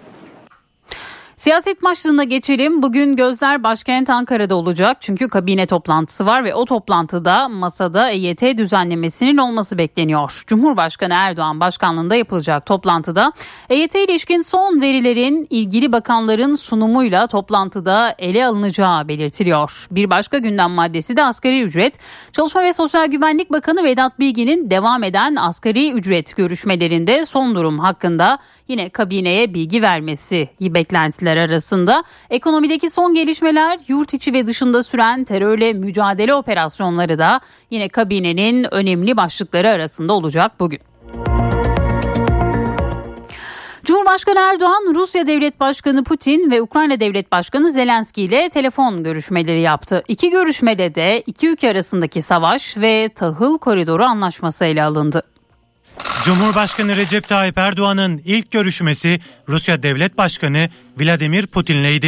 Siyaset başlığına geçelim. Bugün gözler başkent Ankara'da olacak. Çünkü kabine toplantısı var ve o toplantıda masada E Y T düzenlemesinin olması bekleniyor. Cumhurbaşkanı Erdoğan başkanlığında yapılacak toplantıda E Y T ilişkin son verilerin ilgili bakanların sunumuyla toplantıda ele alınacağı belirtiliyor. Bir başka gündem maddesi de asgari ücret. Çalışma ve Sosyal Güvenlik Bakanı Vedat Bilgin'in devam eden asgari ücret görüşmelerinde son durum hakkında yine kabineye bilgi vermesi beklentiler arasında. Ekonomideki son gelişmeler, yurt içi ve dışında süren terörle mücadele operasyonları da yine kabinenin önemli başlıkları arasında olacak bugün. Cumhurbaşkanı Erdoğan, Rusya Devlet Başkanı Putin ve Ukrayna Devlet Başkanı Zelenski ile telefon görüşmeleri yaptı. İki görüşmede de iki ülke arasındaki savaş ve tahıl koridoru anlaşması ele alındı. Cumhurbaşkanı Recep Tayyip Erdoğan'ın ilk görüşmesi Rusya Devlet Başkanı Vladimir Putin'leydi.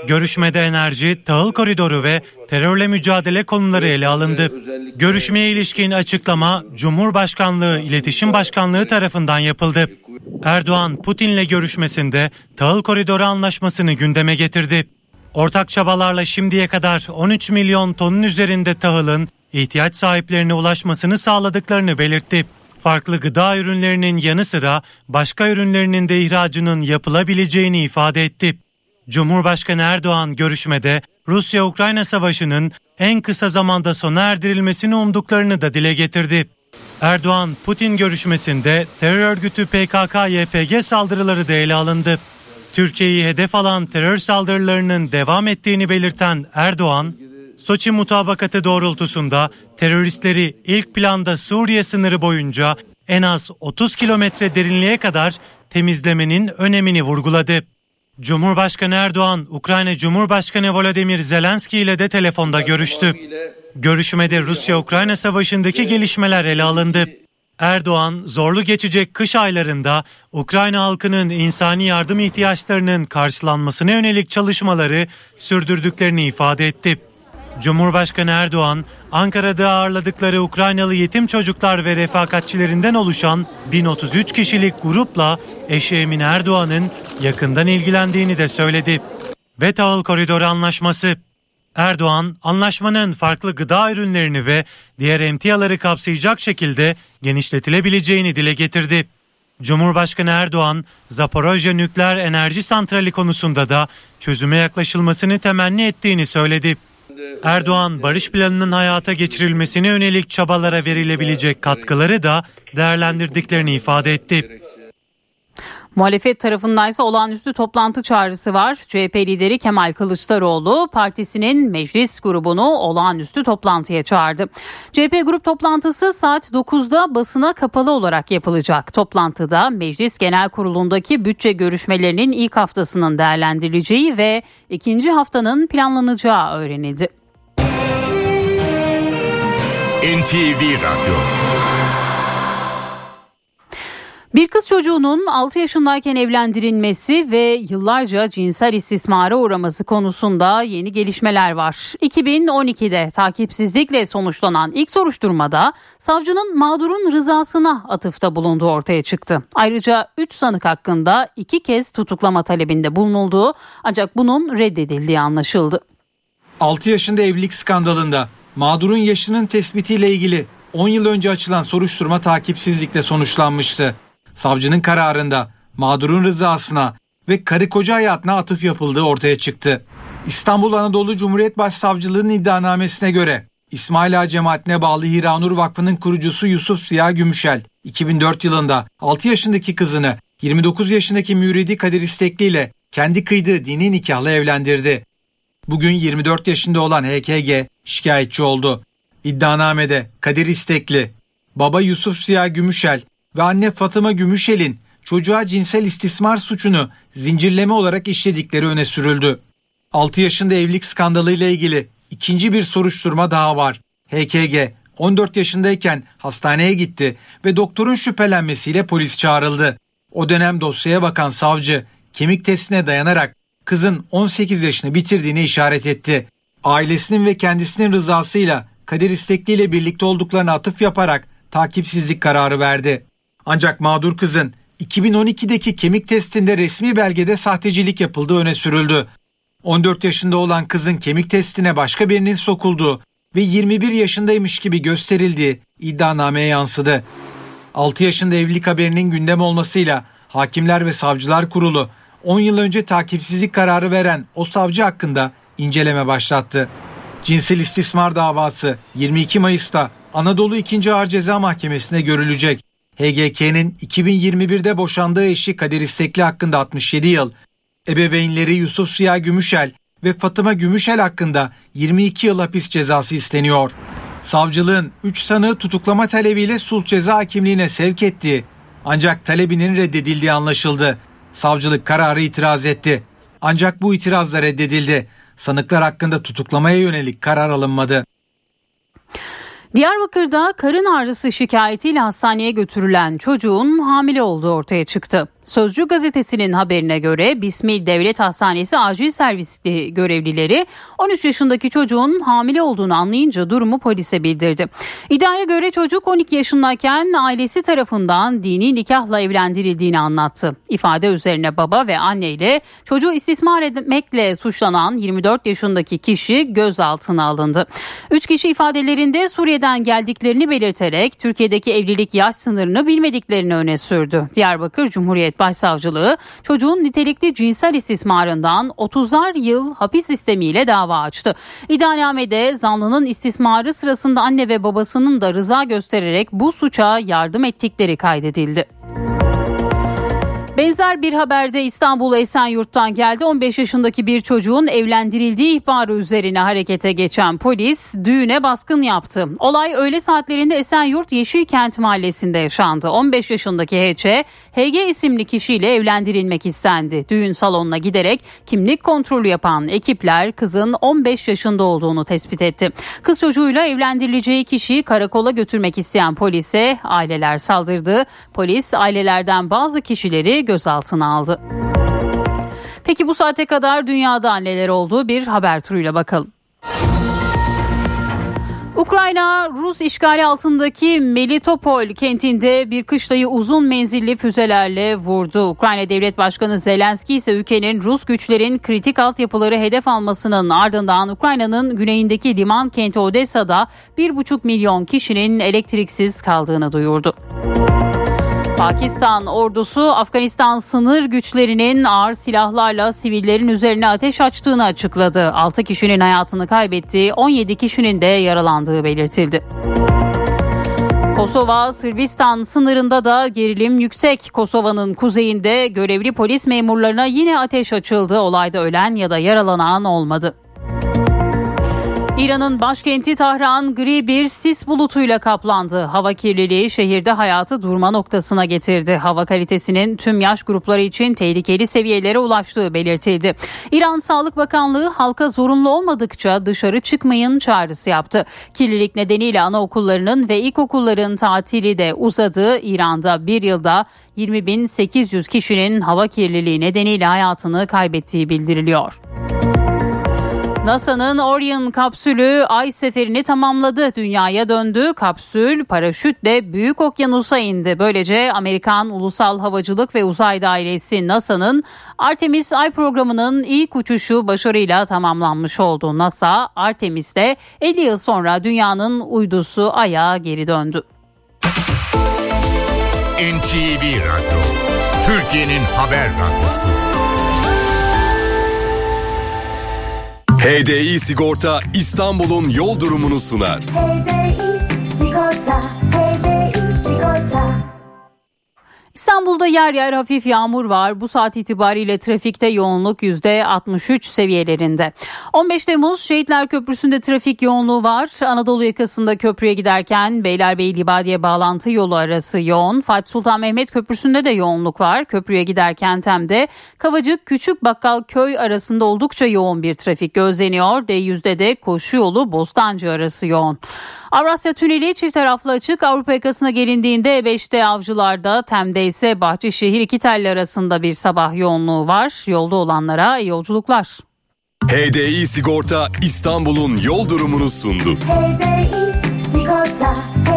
Görüşmede enerji, tahıl koridoru ve terörle mücadele konuları ele alındı. Görüşmeye ilişkin açıklama Cumhurbaşkanlığı İletişim Başkanlığı tarafından yapıldı. Erdoğan, Putin'le görüşmesinde tahıl koridoru anlaşmasını gündeme getirdi. Ortak çabalarla şimdiye kadar on üç milyon tonun üzerinde tahılın ihtiyaç sahiplerine ulaşmasını sağladıklarını belirtti. Farklı gıda ürünlerinin yanı sıra başka ürünlerinin de ihracının yapılabileceğini ifade etti. Cumhurbaşkanı Erdoğan görüşmede Rusya-Ukrayna savaşının en kısa zamanda sona erdirilmesini umduklarını da dile getirdi. Erdoğan, Putin görüşmesinde terör örgütü P K K Y P G saldırıları da ele alındı. Türkiye'yi hedef alan terör saldırılarının devam ettiğini belirten Erdoğan, Soçi mutabakatı doğrultusunda teröristleri ilk planda Suriye sınırı boyunca en az otuz kilometre derinliğe kadar temizlemenin önemini vurguladı. Cumhurbaşkanı Erdoğan, Ukrayna Cumhurbaşkanı Volodymyr Zelenski ile de telefonda görüştü. Görüşmede Rusya-Ukrayna savaşındaki gelişmeler ele alındı. Erdoğan, zorlu geçecek kış aylarında Ukrayna halkının insani yardım ihtiyaçlarının karşılanmasına yönelik çalışmaları sürdürdüklerini ifade etti. Cumhurbaşkanı Erdoğan, Ankara'da ağırladıkları Ukraynalı yetim çocuklar ve refakatçilerinden oluşan bin otuz üç kişilik grupla eşi Emine Erdoğan'ın yakından ilgilendiğini de söyledi. Ve tahıl koridoru anlaşması. Erdoğan, anlaşmanın farklı gıda ürünlerini ve diğer emtiaları kapsayacak şekilde genişletilebileceğini dile getirdi. Cumhurbaşkanı Erdoğan, Zaporojye nükleer enerji santrali konusunda da çözüme yaklaşılmasını temenni ettiğini söyledi. Erdoğan, barış planının hayata geçirilmesine yönelik çabalara verilebilecek katkıları da değerlendirdiklerini ifade etti. Muhalefet tarafındaysa olağanüstü toplantı çağrısı var. C H P lideri Kemal Kılıçdaroğlu partisinin meclis grubunu olağanüstü toplantıya çağırdı. C H P grup toplantısı saat dokuzda basına kapalı olarak yapılacak. Toplantıda Meclis Genel Kurulu'ndaki bütçe görüşmelerinin ilk haftasının değerlendirileceği ve ikinci haftanın planlanacağı öğrenildi. N T V Radyo. Bir kız çocuğunun altı yaşındayken evlendirilmesi ve yıllarca cinsel istismara uğraması konusunda yeni gelişmeler var. iki bin on ikide takipsizlikle sonuçlanan ilk soruşturmada savcının mağdurun rızasına atıfta bulunduğu ortaya çıktı. Ayrıca üç sanık hakkında iki kez tutuklama talebinde bulunulduğu ancak bunun reddedildiği anlaşıldı. altı yaşında evlilik skandalında mağdurun yaşının tespitiyle ilgili on yıl önce açılan soruşturma takipsizlikle sonuçlanmıştı. Savcının kararında mağdurun rızasına ve karı koca hayatına atıf yapıldığı ortaya çıktı. İstanbul Anadolu Cumhuriyet Başsavcılığı'nın iddianamesine göre İsmail Ağa cemaatine bağlı Hiranur Vakfı'nın kurucusu Yusuf Ziya Gümüşel iki bin dört yılında altı yaşındaki kızını yirmi dokuz yaşındaki müridi Kadir İstekli ile kendi kıydığı dini nikahla evlendirdi. Bugün yirmi dört yaşında olan H K G şikayetçi oldu. İddianamede Kadir İstekli, baba Yusuf Ziya Gümüşel ve anne Fatıma Gümüşel'in çocuğa cinsel istismar suçunu zincirleme olarak işledikleri öne sürüldü. altı yaşında evlilik skandalıyla ilgili ikinci bir soruşturma daha var. H K G on dört yaşındayken hastaneye gitti ve doktorun şüphelenmesiyle polis çağrıldı. O dönem dosyaya bakan savcı kemik testine dayanarak kızın on sekiz yaşını bitirdiğini işaret etti. Ailesinin ve kendisinin rızasıyla Kadir İstekli ile birlikte olduklarına atıf yaparak takipsizlik kararı verdi. Ancak mağdur kızın iki bin on ikideki kemik testinde resmi belgede sahtecilik yapıldığı öne sürüldü. on dört yaşında olan kızın kemik testine başka birinin sokulduğu ve yirmi bir yaşındaymış gibi gösterildiği iddianameye yansıdı. altı yaşında evlilik haberinin gündem olmasıyla Hakimler ve Savcılar Kurulu on yıl önce takipsizlik kararı veren o savcı hakkında inceleme başlattı. Cinsel istismar davası yirmi iki Mayıs'ta Anadolu ikinci Ağır Ceza Mahkemesi'ne görülecek. H G K'nin iki bin yirmi birde boşandığı eşi Kadir İstekli hakkında altmış yedi yıl, ebeveynleri Yusuf Ziya Gümüşel ve Fatıma Gümüşel hakkında yirmi iki yıl hapis cezası isteniyor. Savcılığın üç sanığı tutuklama talebiyle sulh ceza hakimliğine sevk ettiği ancak talebinin reddedildiği anlaşıldı. Savcılık kararı itiraz etti. Ancak bu itiraz da reddedildi. Sanıklar hakkında tutuklamaya yönelik karar alınmadı. Diyarbakır'da karın ağrısı şikayetiyle hastaneye götürülen çocuğun hamile olduğu ortaya çıktı. Sözcü gazetesinin haberine göre Bismil Devlet Hastanesi acil servisli görevlileri on üç yaşındaki çocuğun hamile olduğunu anlayınca durumu polise bildirdi. İddiaya göre çocuk on iki yaşındayken ailesi tarafından dini nikahla evlendirildiğini anlattı. İfade üzerine baba ve anneyle çocuğu istismar etmekle suçlanan yirmi dört yaşındaki kişi gözaltına alındı. Üç kişi ifadelerinde Suriye'den geldiklerini belirterek Türkiye'deki evlilik yaş sınırını bilmediklerini öne sürdü. Diyarbakır Cumhuriyet Başsavcılığı çocuğun nitelikli cinsel istismarından otuzar yıl hapis sistemiyle dava açtı. İddianamede zanlının istismarı sırasında anne ve babasının da rıza göstererek bu suça yardım ettikleri kaydedildi. Benzer bir haberde İstanbul Esenyurt'tan geldi. on beş yaşındaki bir çocuğun evlendirildiği ihbarı üzerine harekete geçen polis düğüne baskın yaptı. Olay öğle saatlerinde Esenyurt Yeşilkent Mahallesi'nde yaşandı. on beş yaşındaki H Ç, H G isimli kişiyle evlendirilmek istendi. Düğün salonuna giderek kimlik kontrolü yapan ekipler kızın on beş yaşında olduğunu tespit etti. Kız çocuğuyla evlendirileceği kişiyi karakola götürmek isteyen polise aileler saldırdı. Polis ailelerden bazı kişileri gözaltına aldı. Peki bu saate kadar dünyada neler oldu? Bir haber turuyla bakalım. Ukrayna, Rus işgali altındaki Melitopol kentinde bir kışlayı uzun menzilli füzelerle vurdu. Ukrayna Devlet Başkanı Zelenski ise ülkenin Rus güçlerin kritik altyapıları hedef almasının ardından Ukrayna'nın güneyindeki liman kenti Odessa'da bir buçuk milyon kişinin elektriksiz kaldığını duyurdu. Pakistan ordusu Afganistan sınır güçlerinin ağır silahlarla sivillerin üzerine ateş açtığını açıkladı. altı kişinin hayatını kaybettiği, on yedi kişinin de yaralandığı belirtildi. Kosova, Sırbistan sınırında da gerilim yüksek. Kosova'nın kuzeyinde görevli polis memurlarına yine ateş açıldı. Olayda ölen ya da yaralanan olmadı. İran'ın başkenti Tahran gri bir sis bulutuyla kaplandı. Hava kirliliği şehirde hayatı durma noktasına getirdi. Hava kalitesinin tüm yaş grupları için tehlikeli seviyelere ulaştığı belirtildi. İran Sağlık Bakanlığı halka zorunlu olmadıkça dışarı çıkmayın çağrısı yaptı. Kirlilik nedeniyle anaokullarının ve ilkokulların tatili de uzadı. İran'da bir yılda yirmi bin sekiz yüz kişinin hava kirliliği nedeniyle hayatını kaybettiği bildiriliyor. NASA'nın Orion kapsülü Ay seferini tamamladı. Dünyaya döndü. Kapsül paraşütle Büyük Okyanus'a indi. Böylece Amerikan Ulusal Havacılık ve Uzay Dairesi NASA'nın Artemis Ay programının ilk uçuşu başarıyla tamamlanmış oldu. NASA, Artemis'te elli yıl sonra dünyanın uydusu Ay'a geri döndü. N T V Radyo, Türkiye'nin haber radyosu. H D I Sigorta İstanbul'un yol durumunu sunar. H D I Sigorta, H D I Sigorta. İstanbul'da yer yer hafif yağmur var. Bu saat itibariyle trafikte yoğunluk yüzde altmış üç seviyelerinde. on beş Temmuz Şehitler Köprüsü'nde trafik yoğunluğu var. Anadolu yakasında köprüye giderken Beylerbeyi-Libadiye bağlantı yolu arası yoğun. Fatih Sultan Mehmet Köprüsü'nde de yoğunluk var. Köprüye giderken Tem'de Kavacık Küçük Bakkal Köy arasında oldukça yoğun bir trafik gözleniyor. D yüzde de koşu yolu Bostancı arası yoğun. Avrasya Tüneli çift taraflı açık. Avrupa yakasına gelindiğinde E beşte Avcılar'da, Tem'de ise Bahçeşehir İkitelli arasında bir sabah yoğunluğu var. Yolda olanlara iyi yolculuklar. H D I Sigorta İstanbul'un yol durumunu sundu. H D I Sigorta,